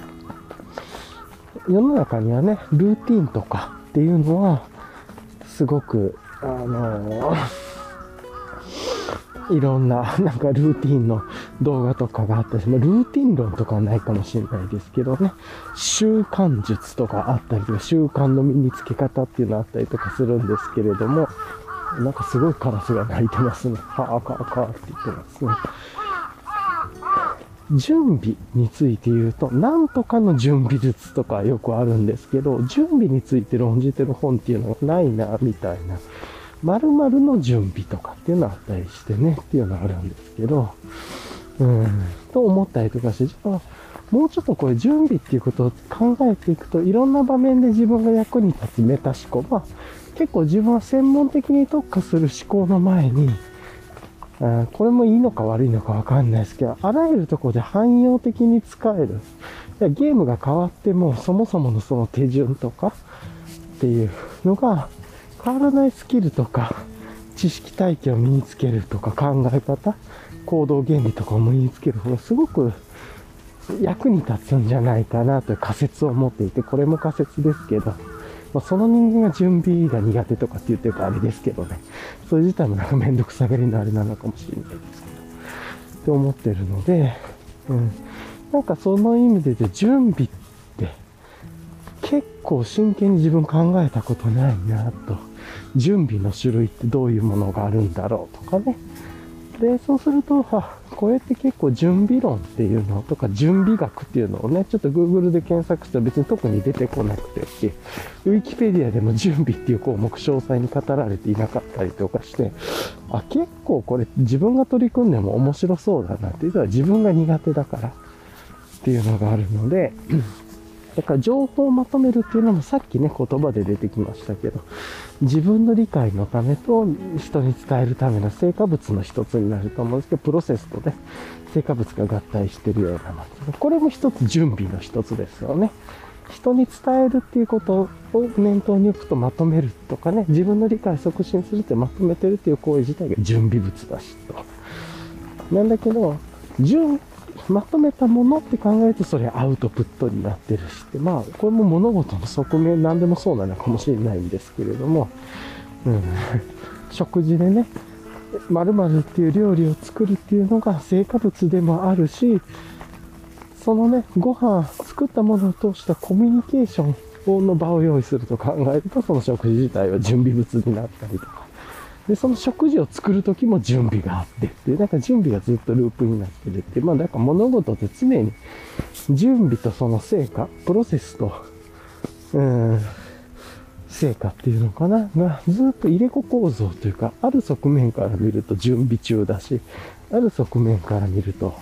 世の中にはね、ルーティンとかっていうのは、すごく、あのー、いろんな、なんかルーティンの動画とかがあったり、まあ、ルーティン論とかはないかもしれないですけどね、習慣術とかあったりとか、習慣の身につけ方っていうのあったりとかするんですけれども、なんかすごいカラスが鳴いてますね。カーカーカーって言ってますね。準備について言うと、なんとかの準備術とかよくあるんですけど、準備について論じてる本っていうのがないな、みたいな。〇〇の準備とかっていうのがあったりしてね、っていうのがあるんですけど、うん、と思ったりとかして、じゃあ、もうちょっとこれ準備っていうことを考えていくと、いろんな場面で自分が役に立つメタ思考。まあ、結構自分は専門的に特化する思考の前に、あこれもいいのか悪いのかわかんないですけど、あらゆるところで汎用的に使える。いやゲームが変わっても、そもそものその手順とかっていうのが、変わらないスキルとか、知識体系を身につけるとか、考え方、行動原理とかを身につける方がすごく役に立つんじゃないかなという仮説を持っていて、これも仮説ですけど、まあ、その人間が準備が苦手とかって言ってるからあれですけどね、それ自体もなんかめんどくさがりのあれなのかもしれないですけど、って思ってるので、うん、なんかその意味で言うと準備って結構真剣に自分考えたことないなと。準備の種類ってどういうものがあるんだろうとかね。で、そうすると、あ、これって結構準備論っていうのとか準備学っていうのをね、ちょっと Google で検索して別に特に出てこなくてっていう、ウィキペディアでも準備っていう項目詳細に語られていなかったりとかして、あ、結構これ自分が取り組んでも面白そうだなっていうのは自分が苦手だからっていうのがあるので、だから情報をまとめるっていうのもさっきね、言葉で出てきましたけど、自分の理解のためと人に伝えるための成果物の一つになると思うんですけど、プロセスとね、成果物が合体してるようなもの。これも一つ準備の一つですよね。人に伝えるっていうことを念頭に置くとまとめるとかね、自分の理解を促進するってまとめてるっていう行為自体が準備物だしと。なんだけど、準まとめたものって考えるとそれアウトプットになってるしって、まあこれも物事の側面何でもそうなのかもしれないんですけれども、うん、食事でね、〇〇っていう料理を作るっていうのが成果物でもあるし、そのね、ご飯作ったものを通したコミュニケーションの場を用意すると考えると、その食事自体は準備物になったりとか。で、その食事を作るときも準備があってっていう、なんか準備がずっとループになってるっていう、まあなんか物事って常に準備とその成果、プロセスと、うーん、成果っていうのかなが、ずっと入れ子構造というか、ある側面から見ると準備中だし、ある側面から見ると、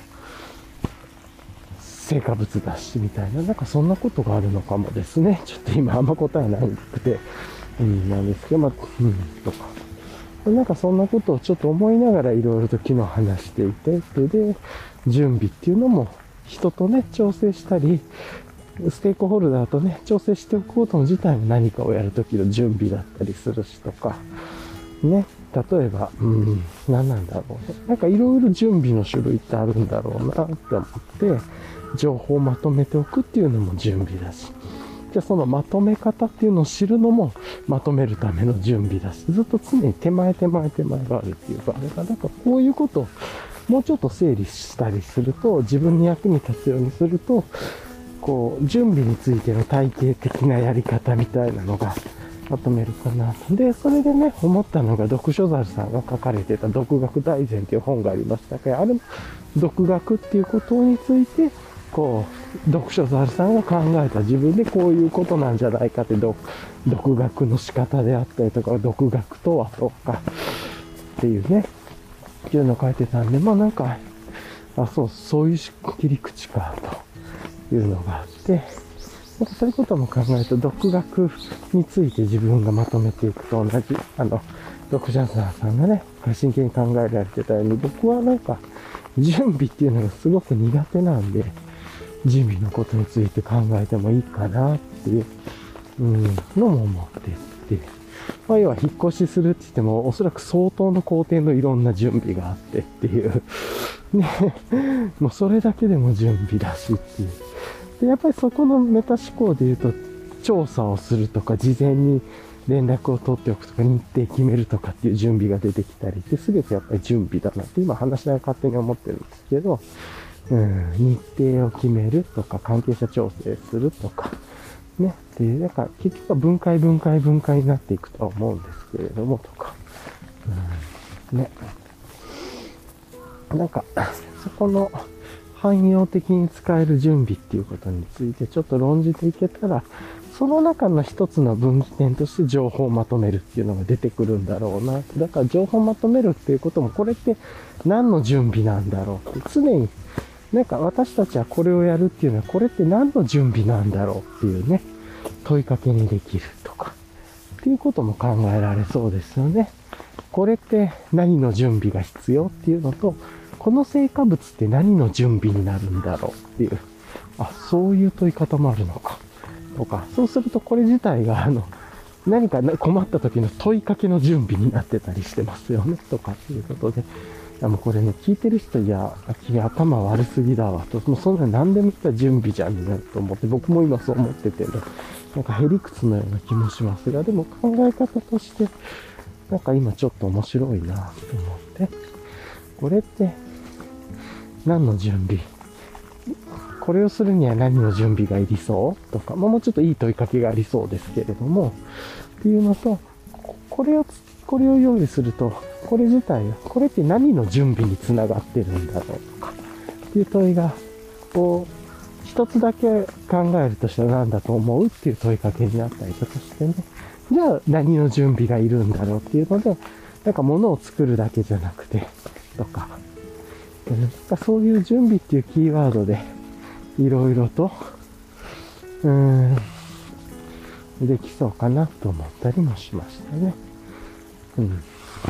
成果物だし、みたいな、なんかそんなことがあるのかもですね。ちょっと今あんま答えなくて、うん、なんですけど、まあ、うん、とか。なんかそんなことをちょっと思いながらいろいろと昨日話していて、で、準備っていうのも人とね、調整したり、ステークホルダーとね、調整しておくこと自体も何かをやるときの準備だったりするしとか、ね、例えば、うん、何なんだろうね。なんかいろいろ準備の種類ってあるんだろうなって思って、情報をまとめておくっていうのも準備だし、じゃあそのまとめ方っていうのを知るのもまとめるための準備だし、ずっと常に手前手前手前があるっていうか、だからなんかこういうことをもうちょっと整理したりすると、自分に役に立つようにすると、こう、準備についての体系的なやり方みたいなのがまとめるかなと。で、それでね、思ったのが、読書猿さんが書かれてた独学大全っていう本がありましたけど、あれも独学っていうことについて、こう、読書猿さんが考えた自分でこういうことなんじゃないかって、独学の仕方であったりとか、独学とはとか、っていうね、っていうのを書いてたんで、まあなんか、あ、そう、そういう切り口か、というのがあって、なんかそういうことも考えると、独学について自分がまとめていくと同じ、あの、読者さんがね、真剣に考えられてたように、僕はなんか、準備っていうのがすごく苦手なんで、準備のことについて考えてもいいかなっていう、うん、のも思ってって、まあ、要は引っ越しするって言っても、おそらく相当の工程のいろんな準備があってっていう、ね、もうそれだけでも準備だしっていう。で、やっぱりそこのメタ思考で言うと、調査をするとか、事前に連絡を取っておくとか、日程決めるとかっていう準備が出てきたりって、すべてやっぱり準備だなって今話しながら勝手に思ってるんですけど、うん、日程を決めるとか、関係者調整するとか、ね、っていう、なんか結局は分解分解分解になっていくとは思うんですけれども、とか、うん、ね。なんか、そこの汎用的に使える準備っていうことについてちょっと論じていけたら、その中の一つの分岐点として情報をまとめるっていうのが出てくるんだろうな。だから情報をまとめるっていうことも、これって何の準備なんだろうって、常になんか私たちはこれをやるっていうのは、これって何の準備なんだろうっていうね、問いかけにできるとか、っていうことも考えられそうですよね。これって何の準備が必要っていうのと、この成果物って何の準備になるんだろうっていう、あ、そういう問い方もあるのか。とか、そうするとこれ自体が、あの、何か困った時の問いかけの準備になってたりしてますよね。とかっていうことで。いやもうこれね、聞いてる人、いや、君頭悪すぎだわと、もうそんな何でも言ったら準備じゃんになると思って、僕も今そう思っててね、なんかへりくつのような気もしますが、でも考え方として、なんか今ちょっと面白いなと思って、これって何の準備？これをするには何の準備がいりそうとか、まあ、もうちょっといい問いかけがありそうですけれども、っていうのと、これを、これを用意すると、これ自体は、これって何の準備につながってるんだろうとか、っていう問いが、こう、一つだけ考えるとしたら何だと思うっていう問いかけになったりとかしてね、じゃあ何の準備がいるんだろうっていうので、なんか物を作るだけじゃなくて、とか、なんかそういう準備っていうキーワードで、いろいろと、うーん、できそうかなと思ったりもしましたね。うん。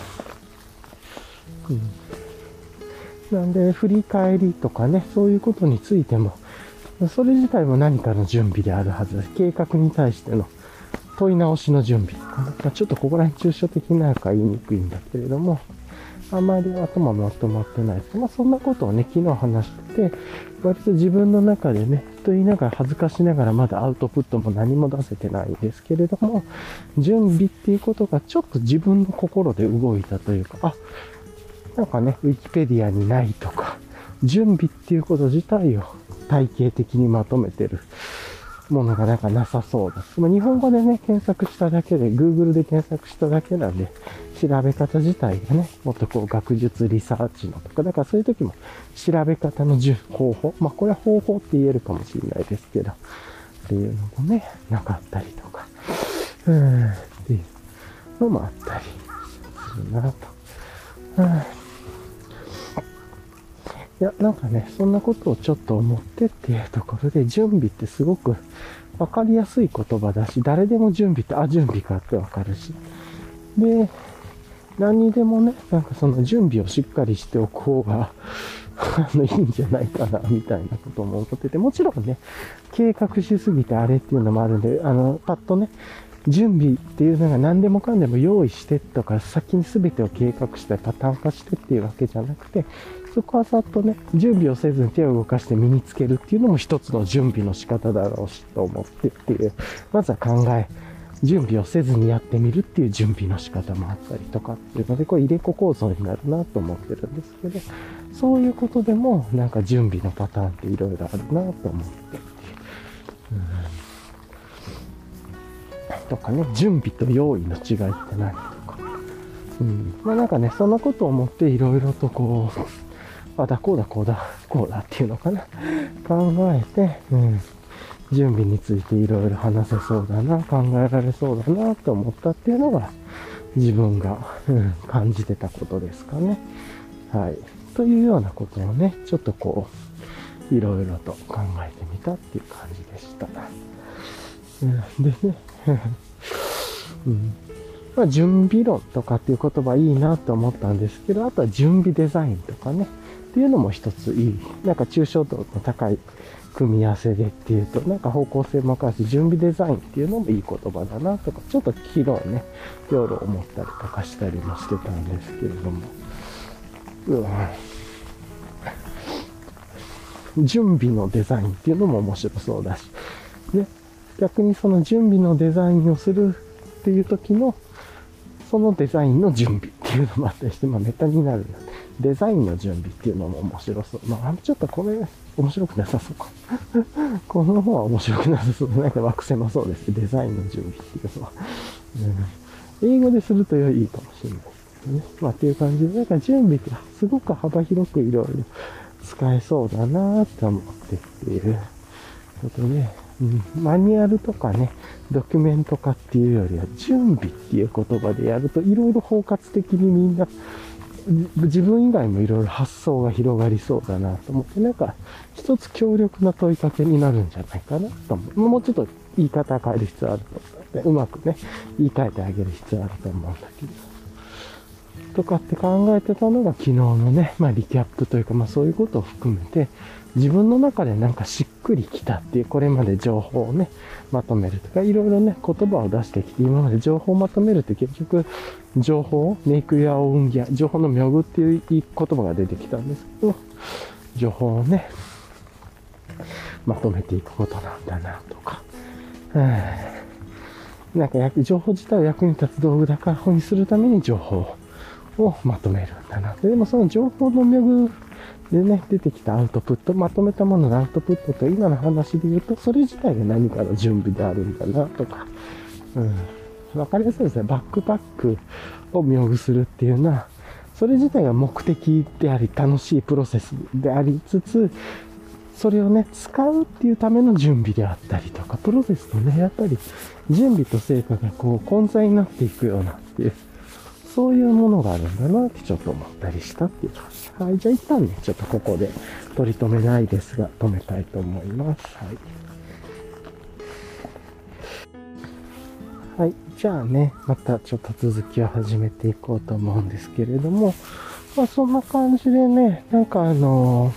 うん。なんで、振り返りとかね、そういうことについても、それ自体も何かの準備であるはずです。計画に対しての問い直しの準備とかね。まあ、ちょっとここら辺抽象的なのか言いにくいんだけれども、あまり頭まとまってないです。まあそんなことをね、昨日話してて、割と自分の中でね、と言いながら恥ずかしながらまだアウトプットも何も出せてないんですけれども、準備っていうことがちょっと自分の心で動いたというか、あ、なんかね、ウィキペディアにないとか、準備っていうこと自体を体系的にまとめてる。 ものがなんかなさそうだ。まあ、日本語でね、検索しただけで、Google で検索しただけなんで、調べ方自体がね、もっとこう学術リサーチのとか、だからそういう時も調べ方の方法、まあこれは方法って言えるかもしれないですけど、っていうのもね、なかったりとか、うーん、っていうのもあったりするなと。うん、いや、なんかね、そんなことをちょっと思ってっていうところで、準備ってすごくわかりやすい言葉だし、誰でも準備って、あ、準備かってわかるし。で、何にでもね、なんかその準備をしっかりしておく方が、あの、いいんじゃないかな、みたいなことも思ってて、もちろんね、計画しすぎてあれっていうのもあるんで、あの、パッとね、準備っていうのが何でもかんでも用意してとか、先に全てを計画してパターン化してっていうわけじゃなくて、そこはさっとね、準備をせずに手を動かして身につけるっていうのも一つの準備の仕方だろうしと思ってっていう、まずは考え、準備をせずにやってみるっていう準備の仕方もあったりとかっていうので、これ入れ子構造になるなと思ってるんですけど、そういうことでもなんか準備のパターンっていろいろあるなと思ってっていう。うん、とかね、準備と用意の違いって何とか。うん、まあなんかね、そんなことを思っていろいろとこう、あだこうだこうだこうだっていうのかな、考えて、うん、準備についていろいろ話せそうだな、考えられそうだなと思ったっていうのが自分が、うん、感じてたことですかね。はい。というようなことをね、ちょっとこう、いろいろと考えてみたっていう感じでした。うん、でね、うんまあ、準備論とかっていう言葉いいなと思ったんですけど、あとは準備デザインとかね、っていうのも一ついい。なんか抽象度の高い組み合わせでっていうと、なんか方向性も変わるし、準備デザインっていうのもいい言葉だなとか、ちょっと昨日ね、夜思ったりとかしたりもしてたんですけれども、うん、準備のデザインっていうのも面白そうだし、で、逆にその準備のデザインをするっていう時の、そのデザインの準備っていうのもあったりして、まあネタになる。デザインの準備っていうのも面白そう。まあ、ちょっとこれ、面白くなさそうか。この方は面白くなさそう。なんか枠狭そうですデザインの準備っていうのは。うん、英語でするといいかもしれないですね。まあっていう感じで、なんか準備ってすごく幅広くいろいろ使えそうだなと思ってっていうことで、うん、マニュアルとかね、ドキュメント化っていうよりは準備っていう言葉でやるといろいろ包括的にみんな自分以外もいろいろ発想が広がりそうだなと思って、なんか一つ強力な問いかけになるんじゃないかなと思う。もうちょっと言い方変える必要あると思うんで、うまくね、言い換えてあげる必要あると思うんだけど。とかって考えてたのが昨日のね、まあリキャップというか、まあそういうことを含めて、自分の中でなんかしっくりきたっていう、これまで情報をね、まとめるとか、いろいろね、言葉を出してきて、今まで情報をまとめるって結局、情報、メイクやオウンギャ、情報の妙具っていう言葉が出てきたんですけど、情報をね、まとめていくことなんだなとか、なんか情報自体を役に立つ道具だから、本にするために情報をまとめるんだな。でもその情報の妙具でね、出てきたアウトプット、まとめたもののアウトプットと今の話で言うと、それ自体が何かの準備であるんだなとか、うん。わかりやすいですね。バックパックを妙具するっていうのは、それ自体が目的であり、楽しいプロセスでありつつ、それをね、使うっていうための準備であったりとか、プロセスとね、やっぱり準備と成果がこう混在になっていくようなっていう、そういうものがあるんだなってちょっと思ったりしたっていう感じ。はい、じゃあ一旦ね、ちょっとここで取り留めないですが、止めたいと思います。はい。はい。じゃあね、またちょっと続きを始めていこうと思うんですけれども、まあそんな感じでね、なんかあの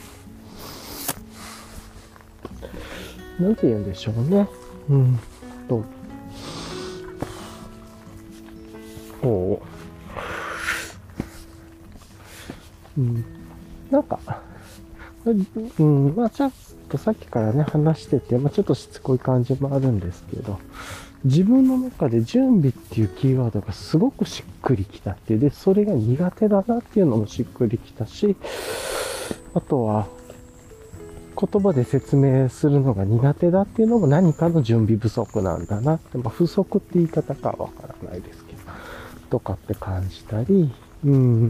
ー、なんて言うんでしょうね。うんと、こう、うん、なんか、うん、まあちょっとさっきからね、話してて、まあちょっとしつこい感じもあるんですけど、自分の中で準備っていうキーワードがすごくしっくりきたっていう、で、それが苦手だなっていうのもしっくりきたし、あとは、 言葉で説明するのが苦手だっていうのも何かの準備不足なんだなって、まあ、不足って言い方かはわからないですけど、とかって感じたり、うん、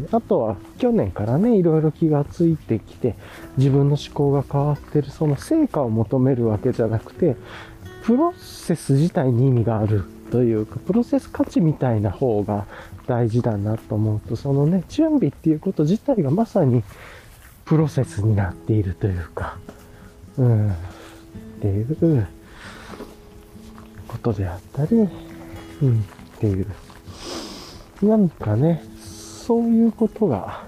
あとは去年からね、いろいろ気がついてきて、自分の思考が変わってる、その成果を求めるわけじゃなくて、プロセス自体に意味があるというか、プロセス価値みたいな方が大事だなと思うと、そのね、準備っていうこと自体がまさにプロセスになっているというか、うん、っていうことであったり、うん、っていう。なんかね、そういうことが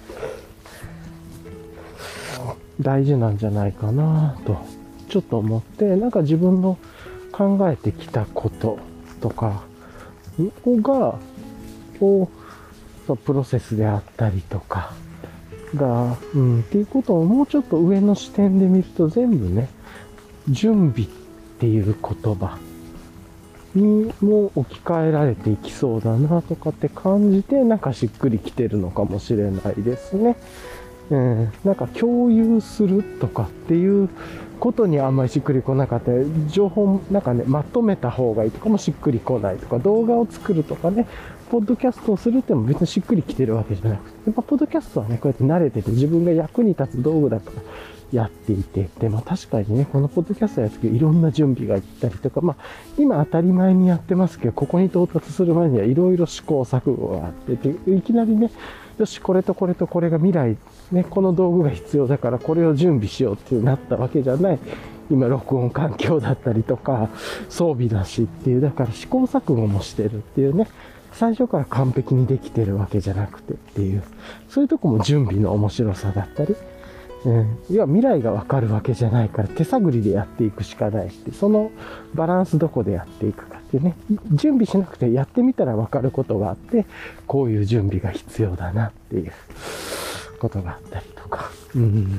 大事なんじゃないかなと、ちょっと思って、なんか自分の考えてきたこととかが、こう、そうプロセスであったりとかが、うん、っていうことをもうちょっと上の視点で見ると全部ね、準備っていう言葉にも置き換えられていきそうだなとかって感じて、なんかしっくりきてるのかもしれないですね。うん、なんか共有するとかっていうことにあんまりしっくりこなかったり、情報なんかね、まとめた方がいいとかもしっくりこないとか、動画を作るとかね、ポッドキャストをするっても別にしっくりきてるわけじゃなくて、やっぱポッドキャストはね、こうやって慣れてて自分が役に立つ道具だからやっていて、で、まあ確かにね、このポッドキャストやつけどいろんな準備がいったりとか、まあ今当たり前にやってますけど、ここに到達する前にはいろいろ試行錯誤があって、でいきなりね、よし、これとこれとこれが未来、ね、この道具が必要だからこれを準備しようってなったわけじゃない。今、録音環境だったりとか、装備だしっていう、だから試行錯誤もしてるっていうね、最初から完璧にできてるわけじゃなくてっていう、そういうとこも準備の面白さだったり、うん、要は未来がわかるわけじゃないから手探りでやっていくしかないって、そのバランスどこでやっていくかっていうね、準備しなくてやってみたらわかることがあって、こういう準備が必要だなっていうことがあったりとか、うん、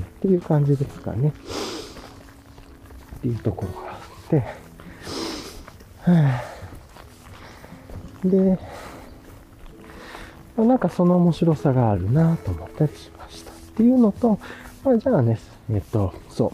っていう感じですかね。っていうところがあって、はあ、で、なんかその面白さがあるなと思ったりしましたっていうのと、まあ、じゃあね、えっと、そう、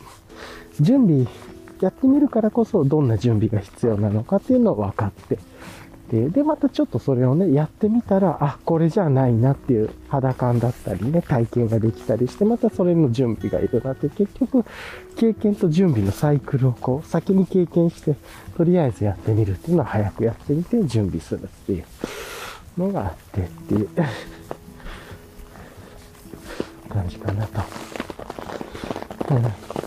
準備やってみるからこそどんな準備が必要なのかっていうのを分かって、で、で、またちょっとそれをね、やってみたら、あ、これじゃないなっていう肌感だったりね、体験ができたりして、またそれの準備がいるなって、結局、経験と準備のサイクルをこう、先に経験して、とりあえずやってみるっていうのを早くやってみて、準備するっていうのがあってっていう感じかなと。うん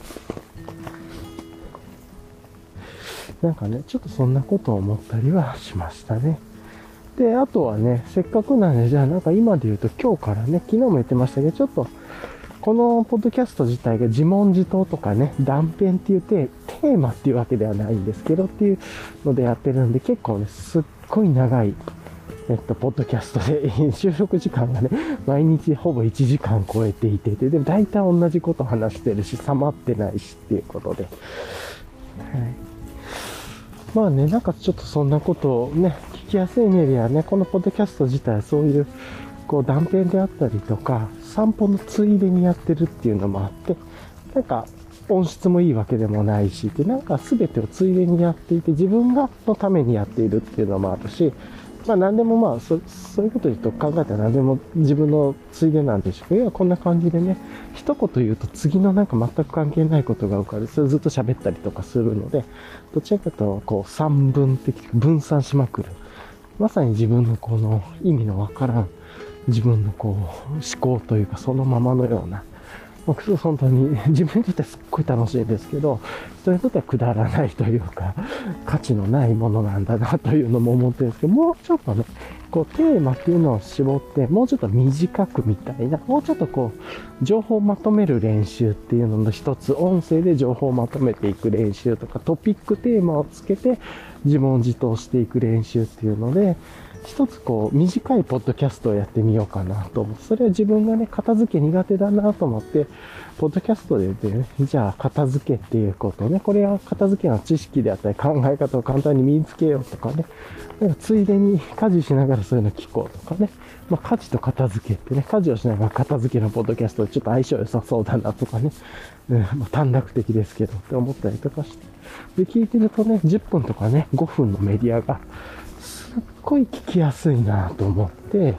なんかね、ちょっとそんなことを思ったりはしましたね。で、あとはね、せっかくなんで、じゃあなんか今で言うと今日からね、昨日も言ってましたけど、ちょっと、このポッドキャスト自体が自問自答とかね、断片っていうテーマっていうわけではないんですけどっていうのでやってるんで、結構ね、すっごい長い、えっと、ポッドキャストで収録時間がね、毎日ほぼいちじかん超えていてて、でも大体同じこと話してるし、冷まってないしっていうことで、はい。まあね、なんかちょっとそんなことをね、聞きやすいメディアね、このポッドキャスト自体はそういう、こう断片であったりとか、散歩のついでにやってるっていうのもあって、なんか音質もいいわけでもないし、で、なんか全てをついでにやっていて、自分がのためにやっているっていうのもあるし、まあ何でもまあそ、そういうこと言うと考えたら何でも自分のついでなんでしょうけど、いやこんな感じでね、一言言うと次のなんか全く関係ないことが浮かる。それずっと喋ったりとかするので、どちらかというとこう三分的、分散しまくる。まさに自分のこの意味のわからん自分のこう思考というかそのままのような、僕本当に自分にとってはすっごい楽しいですけど、人にとってはくだらないというか価値のないものなんだなというのも思ってるんですけど、もうちょっとね、こうテーマっていうのを絞ってもうちょっと短くみたいな、もうちょっとこう情報をまとめる練習っていうのの一つ、音声で情報をまとめていく練習とか、トピックテーマをつけて自問自答していく練習っていうので、一つこう短いポッドキャストをやってみようかなと思って、それは自分がね、片付け苦手だなと思って、ポッドキャストでね、じゃあ片付けっていうことね、これは片付けの知識であったり考え方を簡単に身につけようとかね、なんかついでに家事しながらそういうの聞こうとかね、 まあ、家事と片付けってね、家事をしながら片付けのポッドキャストでちょっと相性良さそうだなとかね、うん、まあ、短絡的ですけどって思ったりとかして、で、聞いてるとね、じゅっぷんとかね、ごふんのメディアが、すっごい聞きやすいなと思って、で、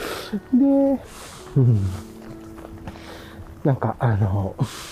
うん、なんか、あの、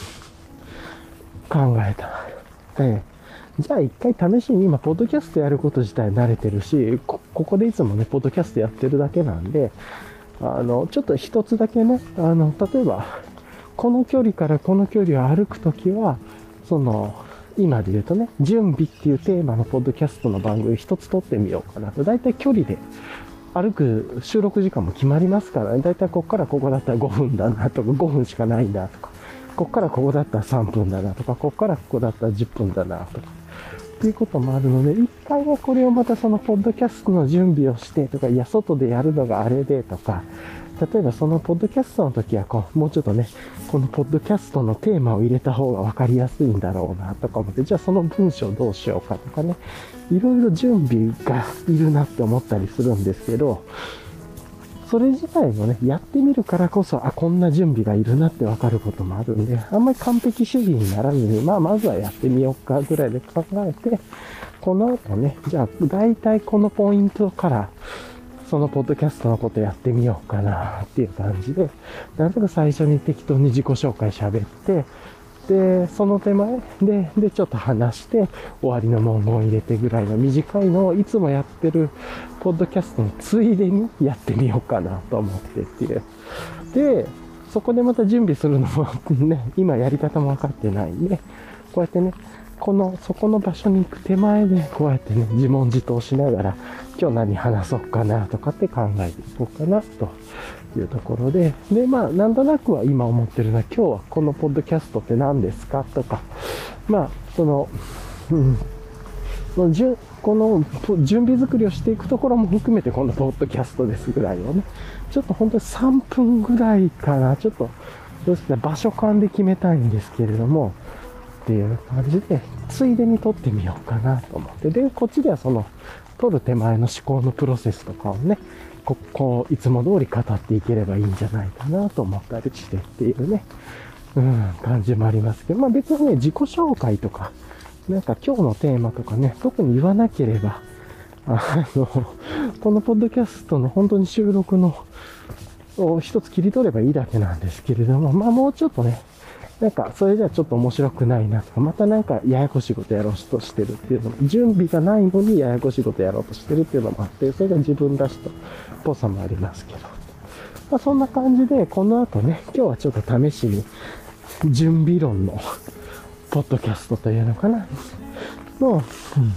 考えた。で、じゃあ一回試しに今、ポッドキャストやること自体慣れてるし、こ、ここでいつもね、ポッドキャストやってるだけなんで、あの、ちょっと一つだけね、あの、例えば、この距離からこの距離を歩くときは、その、今で言うとね、準備っていうテーマのポッドキャストの番組一つ撮ってみようかなと。だいたい距離で歩く収録時間も決まりますからね。だいたいここからここだったらごふんだなとか、ごふんしかないんだとか、ここからここだったらさんぷんだなとか、ここからここだったらじゅっぷんだなとか、っていうこともあるので、一回ね、これをまたそのポッドキャストの準備をしてとか、いや、外でやるのがあれでとか、例えばそのポッドキャストの時はこう、もうちょっとね、このポッドキャストのテーマを入れた方が分かりやすいんだろうなとか思って、じゃあその文章どうしようかとかね、いろいろ準備がいるなって思ったりするんですけど、それ自体もね、やってみるからこそ、あ、こんな準備がいるなって分かることもあるんで、あんまり完璧主義にならずに、まあまずはやってみようかぐらいで考えて、この後ね、じゃあ大体このポイントから、そのポッドキャストのことやってみようかなっていう感じで、なんとか最初に適当に自己紹介喋って、で、その手前で、で、ちょっと話して、終わりの文言入れてぐらいの短いのをいつもやってるポッドキャストのついでにやってみようかなと思ってっていう。で、そこでまた準備するのもね、今やり方も分かってないんで、こうやってね、この、そこの場所に行く手前で、こうやってね、自問自答しながら、今日何話そうかなとかって考えていこうかなというところで、で、まあ、なんとなくは今思ってるのは、今日はこのポッドキャストって何ですかとか、まあ、その、うん、この準備作りをしていくところも含めて、このポッドキャストですぐらいをね、ちょっと本当にさんぷんぐらいかな、ちょっと、どうして場所間で決めたいんですけれども、っていう感じで、ついでに撮ってみようかなと思って。で、こっちではその、撮る手前の思考のプロセスとかをね、ここ、いつも通り語っていければいいんじゃないかなと思ったりしてっていうね、うん、感じもありますけど、まあ別にね、自己紹介とか、なんか今日のテーマとかね、特に言わなければ、あの、このポッドキャストの本当に収録のを一つ切り取ればいいだけなんですけれども、まあもうちょっとね、なんか、それじゃちょっと面白くないなとか、またなんかややこしいことやろうとしてるっていうのも、準備がないのにややこしいことやろうとしてるっていうのもあって、それが自分らしさっぽさもありますけど。まあそんな感じで、この後ね、今日はちょっと試しに、準備論の、ポッドキャストというのかなの、うん、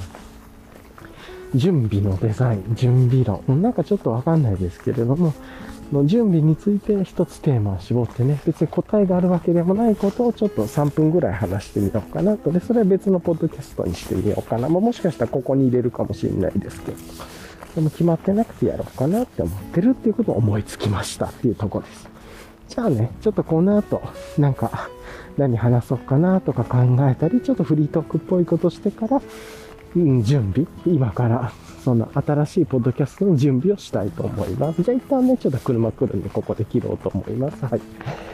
準備のデザイン、準備論。なんかちょっとわかんないですけれども、の準備について一つテーマを絞ってね、別に答えがあるわけでもないことをちょっとさんぷんぐらい話してみようかなと。で、それは別のポッドキャストにしてみようかな。まあ、もしかしたらここに入れるかもしれないですけど、でも決まってなくてやろうかなって思ってるっていうことを思いつきましたっていうところです。じゃあね、ちょっとこの後、なんか何話そうかなとか考えたり、ちょっとフリートークっぽいことしてから、うん、準備、今から、その新しいポッドキャストの準備をしたいと思います。じゃあ一旦ね、ちょっと車来るんで、ここで切ろうと思います。はい。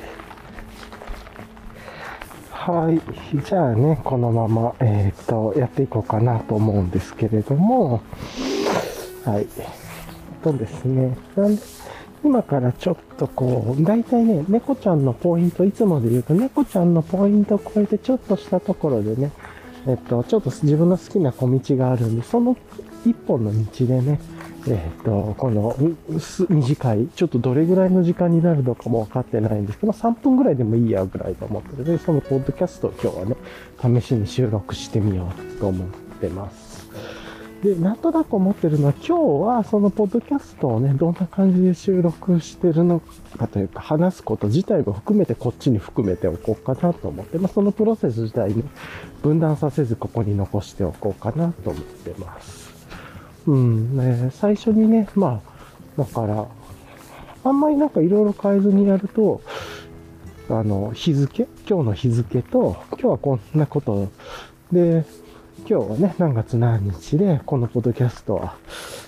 はい。じゃあね、このまま、えー、っと、やっていこうかなと思うんですけれども、はい。とですね、なんで、今からちょっとこう、だいたいね、猫ちゃんのポイント、いつもで言うと、猫ちゃんのポイントを超えてちょっとしたところでね、えっと、ちょっと自分の好きな小道があるんで、その一本の道でね、えっと、この短い、ちょっとどれぐらいの時間になるのかも分かってないんですけど、さんぷんぐらいでもいいやぐらいと思ってるので、そのポッドキャストを今日はね、試しに収録してみようと思ってます。で、なんとなく思ってるのは、今日はそのポッドキャストをね、どんな感じで収録してるのかというか、話すこと自体も含めてこっちに含めておこうかなと思って、まあ、そのプロセス自体に分断させずここに残しておこうかなと思ってます。うん、ね、最初にね、まあ、だから、あんまりなんかいろいろ変えずにやると、あの、日付今日の日付と、今日はこんなことで、今日はね、何月何日で、このポッドキャストは、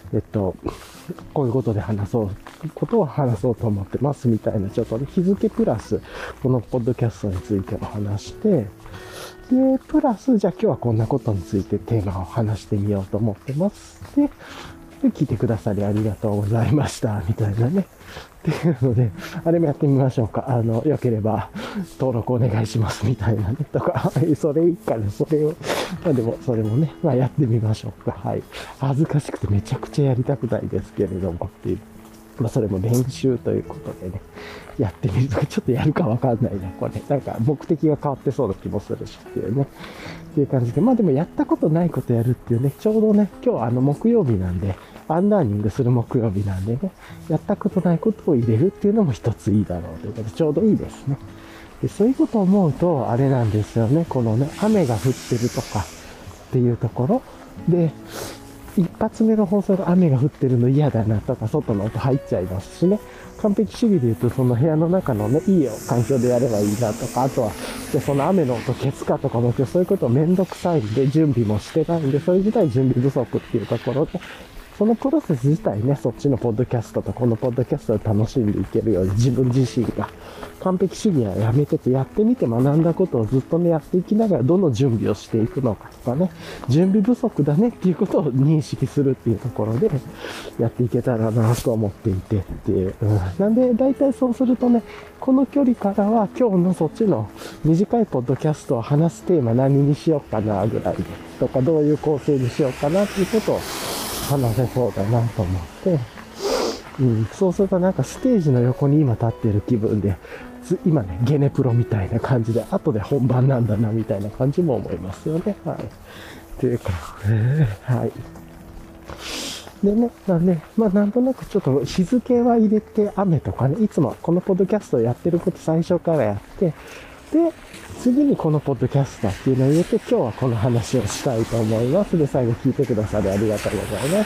えっと、こういうことで話そう、ことを話そうと思ってますみたいな、ちょっとね、日付プラス、このポッドキャストについても話して、で、プラス、じゃあ今日はこんなことについてテーマを話してみようと思ってます。で、で聞いてくださりありがとうございました、みたいなね。っていうので、あれもやってみましょうか。あの、よければ登録お願いしますみたいなね。とか、それいいから、それを、まあでも、それもね、まあやってみましょうか。はい。恥ずかしくてめちゃくちゃやりたくないですけれどもっていう。まあそれも練習ということでね、やってみるとちょっとやるかわかんないな、これ。なんか目的が変わってそうな気もするしっていうね。っていう感じで。まあでもやったことないことやるっていうね、ちょうどね、今日あの木曜日なんで、アンラーニングする木曜日なんでね、やったことないことを入れるっていうのも一ついいだろうということで、ちょうどいいですね。でそういうことを思うと、あれなんですよね、このね、雨が降ってるとかっていうところで、一発目の放送で雨が降ってるの嫌だなとか、外の音入っちゃいますしね。完璧主義で言うと、その部屋の中のね、いい環境でやればいいなとか、あとは、でその雨の音消すかとかも、そういうことめんどくさいんで、準備もしてないんで、それ自体準備不足っていうところで、そのプロセス自体ね、そっちのポッドキャストとこのポッドキャストで楽しんでいけるように、自分自身が完璧主義はやめてて、やってみて学んだことをずっとね、やっていきながら、どの準備をしていくのかとかね、準備不足だねっていうことを認識するっていうところで、やっていけたらなと思っていてっていう。うん、なんで、大体そうするとね、この距離からは今日のそっちの短いポッドキャストを話すテーマ何にしようかなぐらいで、とかどういう構成にしようかなっていうことを話せそうだなと思って、うん、そうするとなんかステージの横に今立っている気分で、今ね、ゲネプロみたいな感じで、後で本番なんだなみたいな感じも思いますよね。はい。っていうか、はい。でね、なんで、まあなんとなくちょっと日付は入れて雨とかね、いつもこのポッドキャストをやってること最初からやって、で、次にこのポッドキャストっていうのを入れて、今日はこの話をしたいと思います。で、最後聞いてくださりありがとうございます。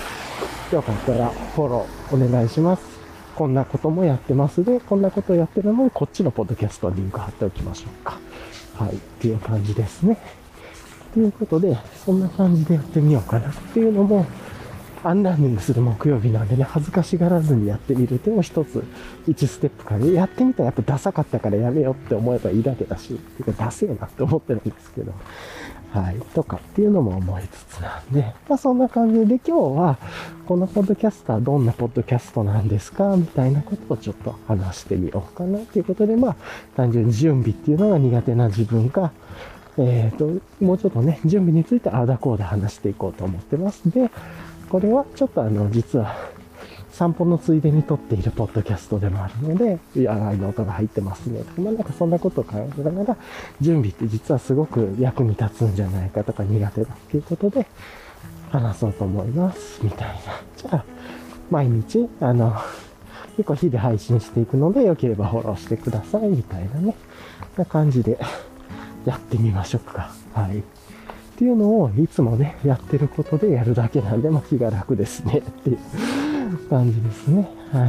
よかったらフォローお願いします。こんなこともやってますで、こんなことをやってるので、こっちのポッドキャストリンク貼っておきましょうか。はい、っていう感じですね。ということで、そんな感じでやってみようかなっていうのも、アンラーニングする木曜日なんでね、恥ずかしがらずにやってみるっていうのも一つ、一ステップから、やってみたらやっぱダサかったからやめようって思えばいいだけだし、てかダセえなって思ってるんですけど、はい、とかっていうのも思いつつなんで、まあそんな感じで、で今日は、このポッドキャストはどんなポッドキャストなんですかみたいなことをちょっと話してみようかなっていうことで、まあ、単純に準備っていうのが苦手な自分が、えっと、もうちょっとね、準備についてああだこうで話していこうと思ってます。で、これはちょっとあの、実は、散歩のついでに撮っているポッドキャストでもあるので、野外の音が入ってますね。まあなんかそんなことを考えながら、準備って実はすごく役に立つんじゃないかとか苦手だっていうことで、話そうと思います。みたいな。じゃあ、毎日、あの、結構日で配信していくので、よければフォローしてください。みたいなね。な感じで、やってみましょうか。はい。っていうのをいつもね、やってることでやるだけなんで、まあ気が楽ですね。っていう感じですね。はい。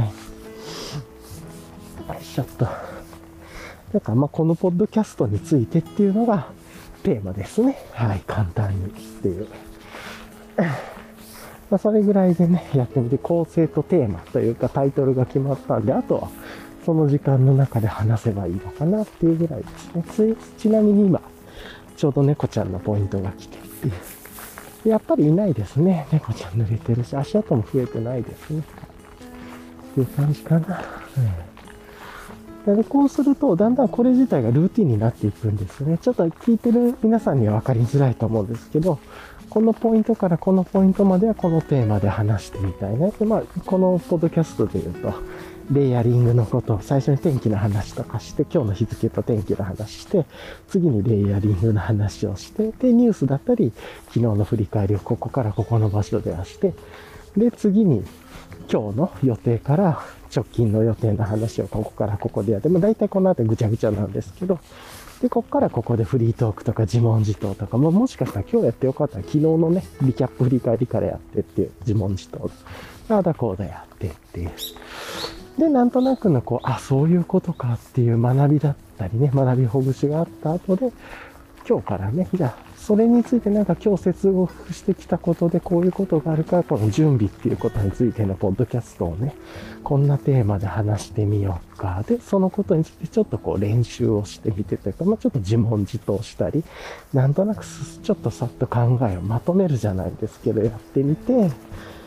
よいしょっと。だからまあこのポッドキャストについてっていうのがテーマですね。はい。簡単にっていう。まあそれぐらいでね、やってみて、構成とテーマというかタイトルが決まったんで、あとはその時間の中で話せばいいのかなっていうぐらいですね。つい、ちなみに今、ちょうど猫ちゃんのポイントが来てっていう。やっぱりいないですね。猫ちゃん濡れてるし、足跡も増えてないですね。っていう感じかな。うん、でこうすると、だんだんこれ自体がルーティンになっていくんですね。ちょっと聞いてる皆さんには分かりづらいと思うんですけど、このポイントからこのポイントまではこのテーマで話してみたいな。でまあ、このポッドキャストで言うと、レイヤリングのことを最初に天気の話とかして、今日の日付と天気の話して、次にレイヤリングの話をして、で、ニュースだったり、昨日の振り返りをここからここの場所ではして、で、次に今日の予定から直近の予定の話をここからここでやって、まあ大体この後ぐちゃぐちゃなんですけど、で、ここからここでフリートークとか自問自答とか、まあ、もしかしたら今日やってよかったら昨日のね、リキャップ振り返りからやってっていう自問自答。ああだこうだやってっていう。で、なんとなくのこう、あ、そういうことかっていう学びだったりね、学びほぐしがあった後で、今今日からね、じゃあ、それについてなんか今日接続してきたことでこういうことがあるから、この準備っていうことについてのポッドキャストをね、こんなテーマで話してみようか。で、そのことについてちょっとこう練習をしてみてというか、まあちょっと自問自答したり、なんとなくちょっとさっと考えをまとめるじゃないですけど、やってみて、で、ね、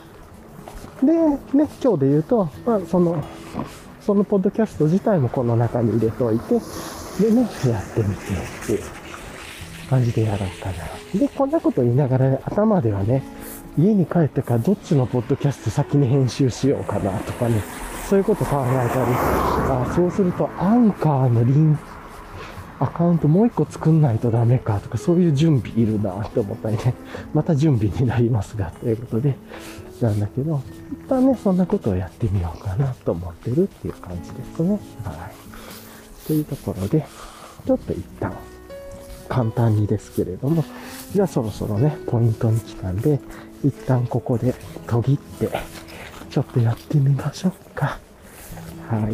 今日で言うと、まあその、そのポッドキャスト自体もこの中に入れといて、でね、やってみてっていう感じでやろうかな。で、こんなこと言いながら、ね、頭ではね、家に帰ってからどっちのポッドキャスト先に編集しようかなとかね、そういうこと考えたり、あ、そうするとアンカーのリンク、アカウントもう一個作んないとダメかとか、そういう準備いるなって思ったりね、また準備になりますが、ということで、なんだけど、一旦ね、そんなことをやってみようかなと思ってるっていう感じですね。はい。というところで、ちょっと一旦、簡単にですけれども、じゃあそろそろね、ポイントに来たんで、一旦ここで途切って、ちょっとやってみましょうか。はい。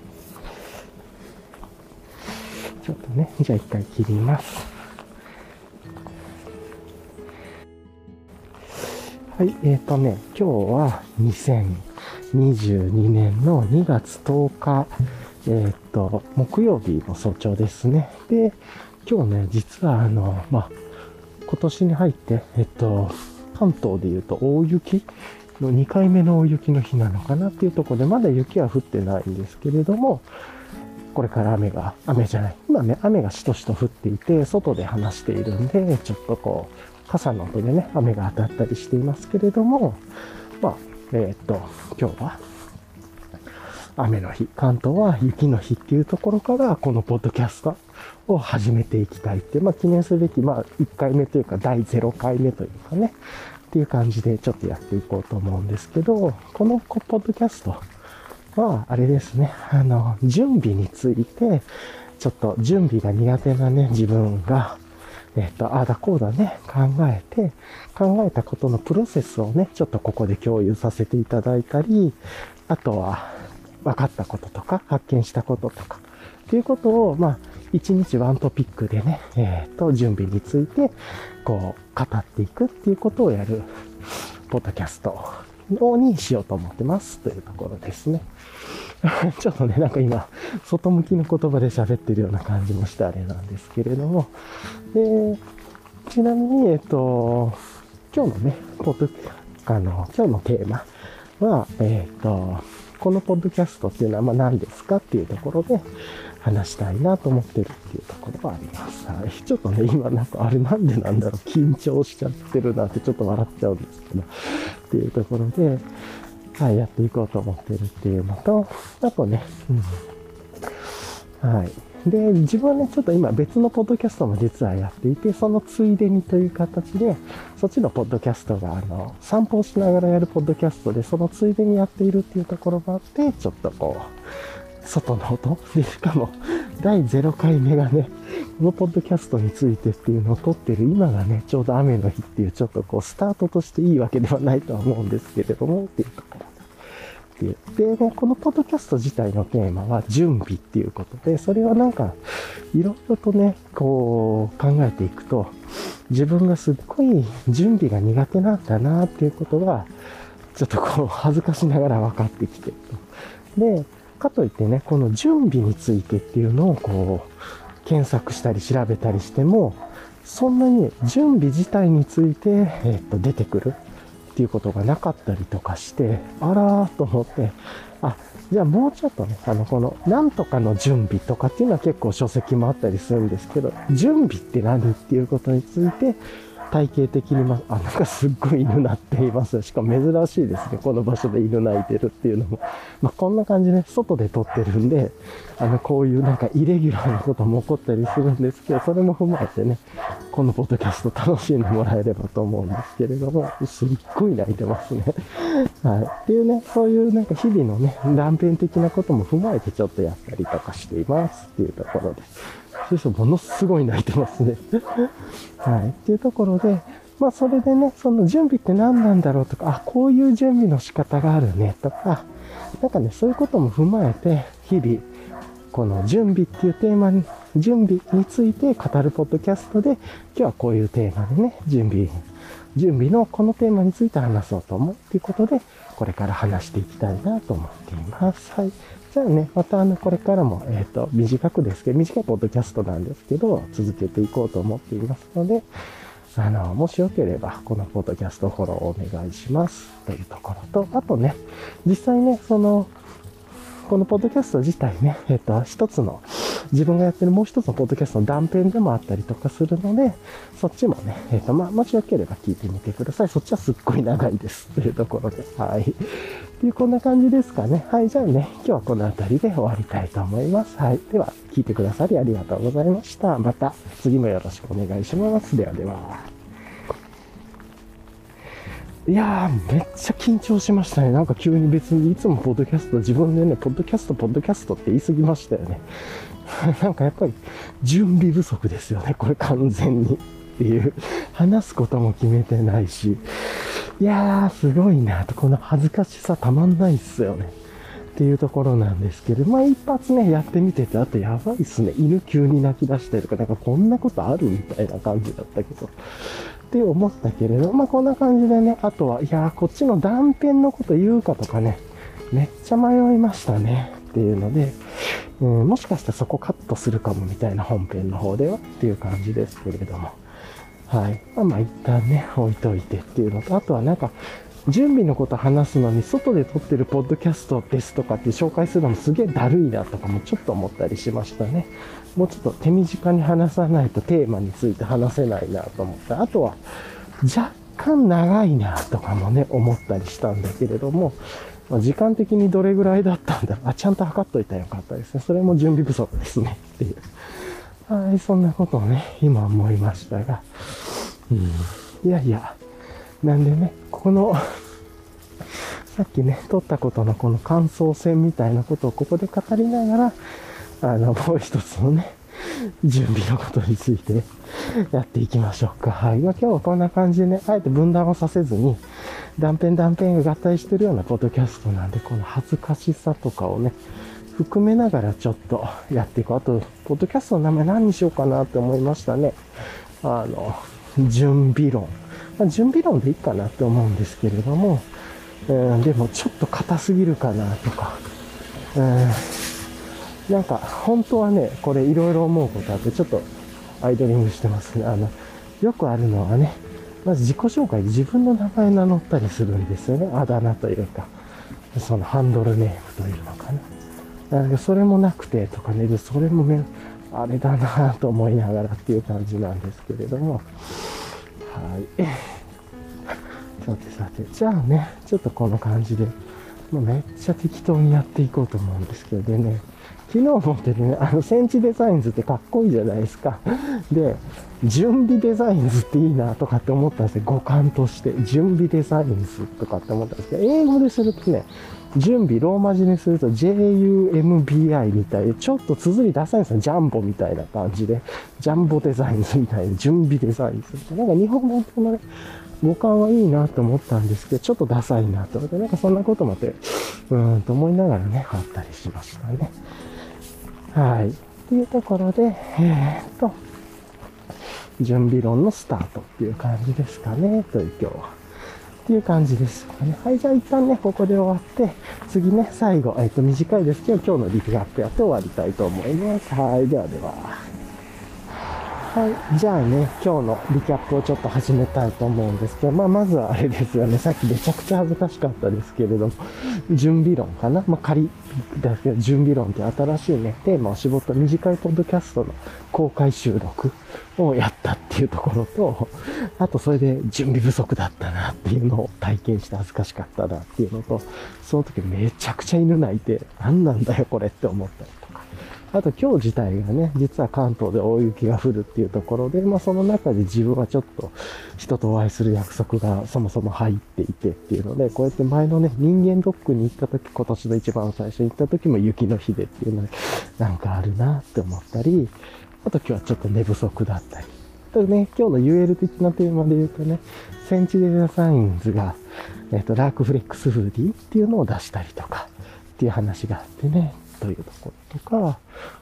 ちょっとね、じゃあ一回切ります。はい、えーとね、今日はにせんにじゅうにねんのにがつとおか、えーと、木曜日の早朝ですね。で、今日ね、実はあの、まあ、今年に入って、えっと、関東で言うと大雪のにかいめの大雪の日なのかなっていうところで、まだ雪は降ってないんですけれども、これから雨が、雨じゃない、今ね、雨がしとしと降っていて、外で話しているんで、ちょっとこう、傘の音でね、雨が当たったりしていますけれども、まあ、えー、っと、今日は、雨の日、関東は雪の日っていうところから、このポッドキャストを始めていきたいって、まあ、記念すべき、まあ、いっかいめというか、だいゼロかいめというかね、っていう感じでちょっとやっていこうと思うんですけど、このポッドキャストは、あれですね、あの、準備について、ちょっと準備が苦手なね、自分が、えっと、ああだこうだね、考えて、考えたことのプロセスをね、ちょっとここで共有させていただいたり、あとは、分かったこととか、発見したこととか、っていうことを、まあ、一日ワントピックでね、えっと、準備について、こう、語っていくっていうことをやる、ポッドキャストをにしようと思ってます、というところですね。ちょっとね、なんか今、外向きの言葉で喋ってるような感じもしてあれなんですけれども、で、ちなみに、えっと、今日のね、ポッド、あの、今日のテーマは、えっと、このポッドキャストっていうのはまあ何ですかっていうところで話したいなと思ってるっていうところがあります。はい。ちょっとね、今なんかあれなんでなんだろう、緊張しちゃってるなってちょっと笑っちゃうんですけど、っていうところで、はい、やっていこうと思ってるっていうのと、あとね、うん、はい。で、自分はね、ちょっと今別のポッドキャストも実はやっていて、そのついでにという形で、そっちのポッドキャストが、あの、散歩をしながらやるポッドキャストで、そのついでにやっているっていうところがあって、ちょっとこう、外の音で、しかも、だいゼロかいめがね、このポッドキャストについてっていうのを撮ってる今がね、ちょうど雨の日っていう、ちょっとこう、スタートとしていいわけではないとは思うんですけれども、っていうところで。でね、このポッドキャスト自体のテーマは準備っていうことで、それはなんか、いろいろとね、こう考えていくと、自分がすっごい準備が苦手なんだなっていうことが、ちょっとこう恥ずかしながら分かってきてると。で、かといってね、この準備についてっていうのをこう、検索したり調べたりしても、そんなに準備自体について、えっと、出てくるっていうことがなかったりとかして、あらーと思って、あ、じゃあもうちょっとね、あの、この、なんとかの準備とかっていうのは結構書籍もあったりするんですけど、準備って何っていうことについて、体系的にま、あ、なんかすっごい犬鳴っています。しかも珍しいですね。この場所で犬鳴いてるっていうのも。まあ、こんな感じで外で撮ってるんで、あの、こういうなんかイレギュラーなことも起こったりするんですけど、それも踏まえてね、このポッドキャスト楽しんでもらえればと思うんですけれども、すっごい泣いてますね。はい。っていうね、そういうなんか日々のね、断片的なことも踏まえてちょっとやったりとかしていますっていうところです。そうそう、ものすごい泣いてますね。はい。っていうところで、まあそれでね、その準備って何なんだろうとか、あ、こういう準備の仕方があるねとか、なんかね、そういうことも踏まえて、日々、この準備っていうテーマに準備について語るポッドキャストで、今日はこういうテーマでね、準備、準備のこのテーマについて話そうと思うということで、これから話していきたいなと思っています。はい。じゃあね、またあの、これからも、えっと、短くですけど、短いポッドキャストなんですけど、続けていこうと思っていますので、あの、もしよければ、このポッドキャストフォローをお願いします。というところと、あとね、実際ね、その、このポッドキャスト自体ね、えっと、一つの、自分がやってるもう一つのポッドキャストの断片でもあったりとかするので、そっちもね、えっと、まあ、もしよければ聞いてみてください。そっちはすっごい長いです。というところで、はい。っていう、こんな感じですかね。はい、じゃあね、今日はこの辺りで終わりたいと思います。はい。では、聞いてくださりありがとうございました。また、次もよろしくお願いします。ではでは。いやー、めっちゃ緊張しましたね。なんか急に別にいつもポッドキャスト、自分でね、ポッドキャスト、ポッドキャストって言い過ぎましたよね。なんかやっぱり準備不足ですよね。これ完全に。っていう。話すことも決めてないし。いやー、すごいなと。この恥ずかしさたまんないっすよね。っていうところなんですけど、まあ一発ね、やってみてて、あとやばいっすね。犬急に泣き出してるか、なんかこんなことあるみたいな感じだったけど。って思ったけれど、まあこんな感じでね、あとは、いやー、こっちの断片のこと言うかとかね、めっちゃ迷いましたね。っていうので、うん、もしかしたらそこカットするかもみたいな本編の方ではっていう感じですけれども。はい。まあまあ一旦ね、置いといてっていうのと、あとはなんか、準備のこと話すのに、外で撮ってるポッドキャストですとかって紹介するのもすげえだるいなとかもちょっと思ったりしましたね。もうちょっと手短に話さないとテーマについて話せないなと思って、あとは若干長いなとかもね、思ったりしたんだけれども、まあ、時間的にどれぐらいだったんだろう。あ、ちゃんと測っといたらよかったですね。それも準備不足ですね。っていう。はい、そんなことをね、今思いましたが。うん、いやいや、なんでね、この、さっきね、撮ったことのこの感想戦みたいなことをここで語りながら、あの、もう一つのね、準備のことについてやっていきましょうか。はい。今日はこんな感じでね、あえて分断をさせずに、断片断片が合体してるようなポッドキャストなんで、この恥ずかしさとかをね、含めながらちょっとやっていこう。あと、ポッドキャストの名前何にしようかなって思いましたね。あの、準備論。まあ、準備論でいいかなって思うんですけれども、うん、でもちょっと硬すぎるかなとか、うん、なんか本当はね、これいろいろ思うことあってちょっとアイドリングしてますね。あの、よくあるのはね、まず自己紹介で自分の名前名乗ったりするんですよね。あだ名というか、そのハンドルネームというのかな。なんかそれもなくてとかね、でそれもね、あれだなと思いながらっていう感じなんですけれども、はい。さてさて、じゃあね、ちょっとこの感じで、もうめっちゃ適当にやっていこうと思うんですけど、でね、昨日思っててね、あの、センチデザインズってかっこいいじゃないですか。で、準備デザインズっていいなとかって思ったんですよ。語感として。準備デザインズとかって思ったんですけど、英語でするとね、準備、ローマ字にすると ジェイユーエムビーアイ みたいで、ちょっと綴りダサいんですよ。ジャンボみたいな感じで。ジャンボデザインズみたいな、準備デザインズ。なんか日本語のね、語感はいいなと思ったんですけど、ちょっとダサいなと思って、なんかそんなことまで、うーんと思いながらね、あったりしましたね。はい。っていうところで、えー、っと、準備論のスタートっていう感じですかね、という今日は。っていう感じですかね。はい、じゃあ一旦ね、ここで終わって、次ね、最後、えー、っと、短いですけど、今日のリピアップやって終わりたいと思います。はい、ではでは。はい。じゃあね、今日のリキャップをちょっと始めたいと思うんですけど、まあ、まずはあれですよね。さっきめちゃくちゃ恥ずかしかったですけれども、準備論かな。まあ、仮だけど、準備論って新しいね、テーマを絞った短いポッドキャストの公開収録をやったっていうところと、あとそれで準備不足だったなっていうのを体験して恥ずかしかったなっていうのと、その時めちゃくちゃ犬鳴いて、何なんだよこれって思ったりとか。あと今日自体がね、実は関東で大雪が降るっていうところで、まあその中で自分はちょっと人とお会いする約束がそもそも入っていてっていうので、こうやって前のね、人間ドックに行った時、今年の一番最初に行った時も雪の日でっていうので、なんかあるなって思ったり、あと今日はちょっと寝不足だったり。あとね、今日の ユーエル 的なテーマで言うとね、センチデザサインズが、えっと、ラークフレックスフーディーっていうのを出したりとかっていう話があってね、というところとか、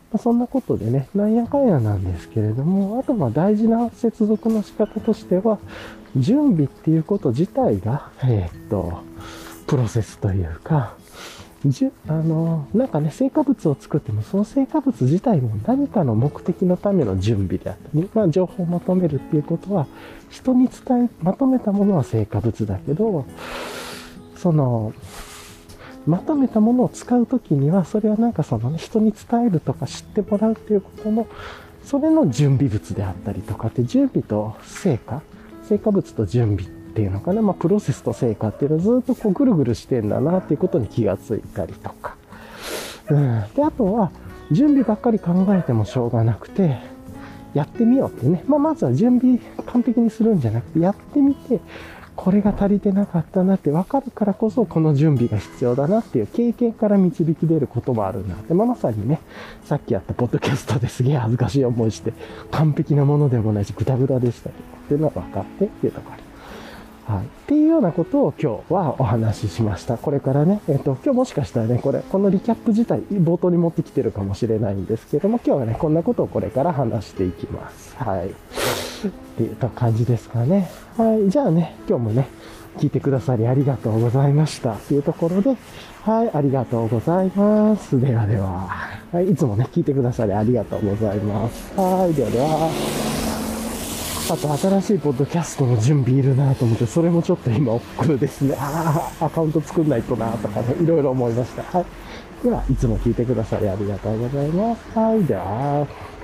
まあ、そんなことでね、なんやかんやなんですけれども、あとまあ大事な接続の仕方としては、準備っていうこと自体が、えーっと、プロセスというか、じゅあの、なんかね、成果物を作っても、その成果物自体も何かの目的のための準備であったり、まあ、情報をまとめるっていうことは、人に伝え、まとめたものは成果物だけど、その、まとめたものを使うときには、それはなんかその、ね、人に伝えるとか知ってもらうっていうことの、それの準備物であったりとかって、準備と成果、成果物と準備っていうのかな、まあ、プロセスと成果っていうのはずっとこうぐるぐるしてんだなっていうことに気がついたりとか。うん、で、あとは、準備ばっかり考えてもしょうがなくて、やってみようってね。まあ、まずは準備完璧にするんじゃなくて、やってみて、これが足りてなかったなって分かるからこそ、この準備が必要だなっていう経験から導き出ることもあるなって。まあ、まさにね、さっきやったポッドキャストですげえ恥ずかしい思いして、完璧なものでもないし、グダグダでしたけど、っていうのは分かってっていうところ。はい。っていうようなことを今日はお話ししました。これからね、えっと、今日もしかしたらね、これ、このリキャップ自体、冒頭に持ってきてるかもしれないんですけども、今日はね、こんなことをこれから話していきます。はい。っていう感じですかね。はい。じゃあね、今日もね、聞いてくださりありがとうございました。というところで、はい、ありがとうございます。ではでは、はい、いつもね、聞いてくださりありがとうございます。はい、ではでは。あと新しいポッドキャストの準備いるなと思って、それもちょっと今億劫ですね。ああ、アカウント作んないとなとかね、いろいろ思いました。はい。では、いつも聞いてくださりありがとうございます。はい。では。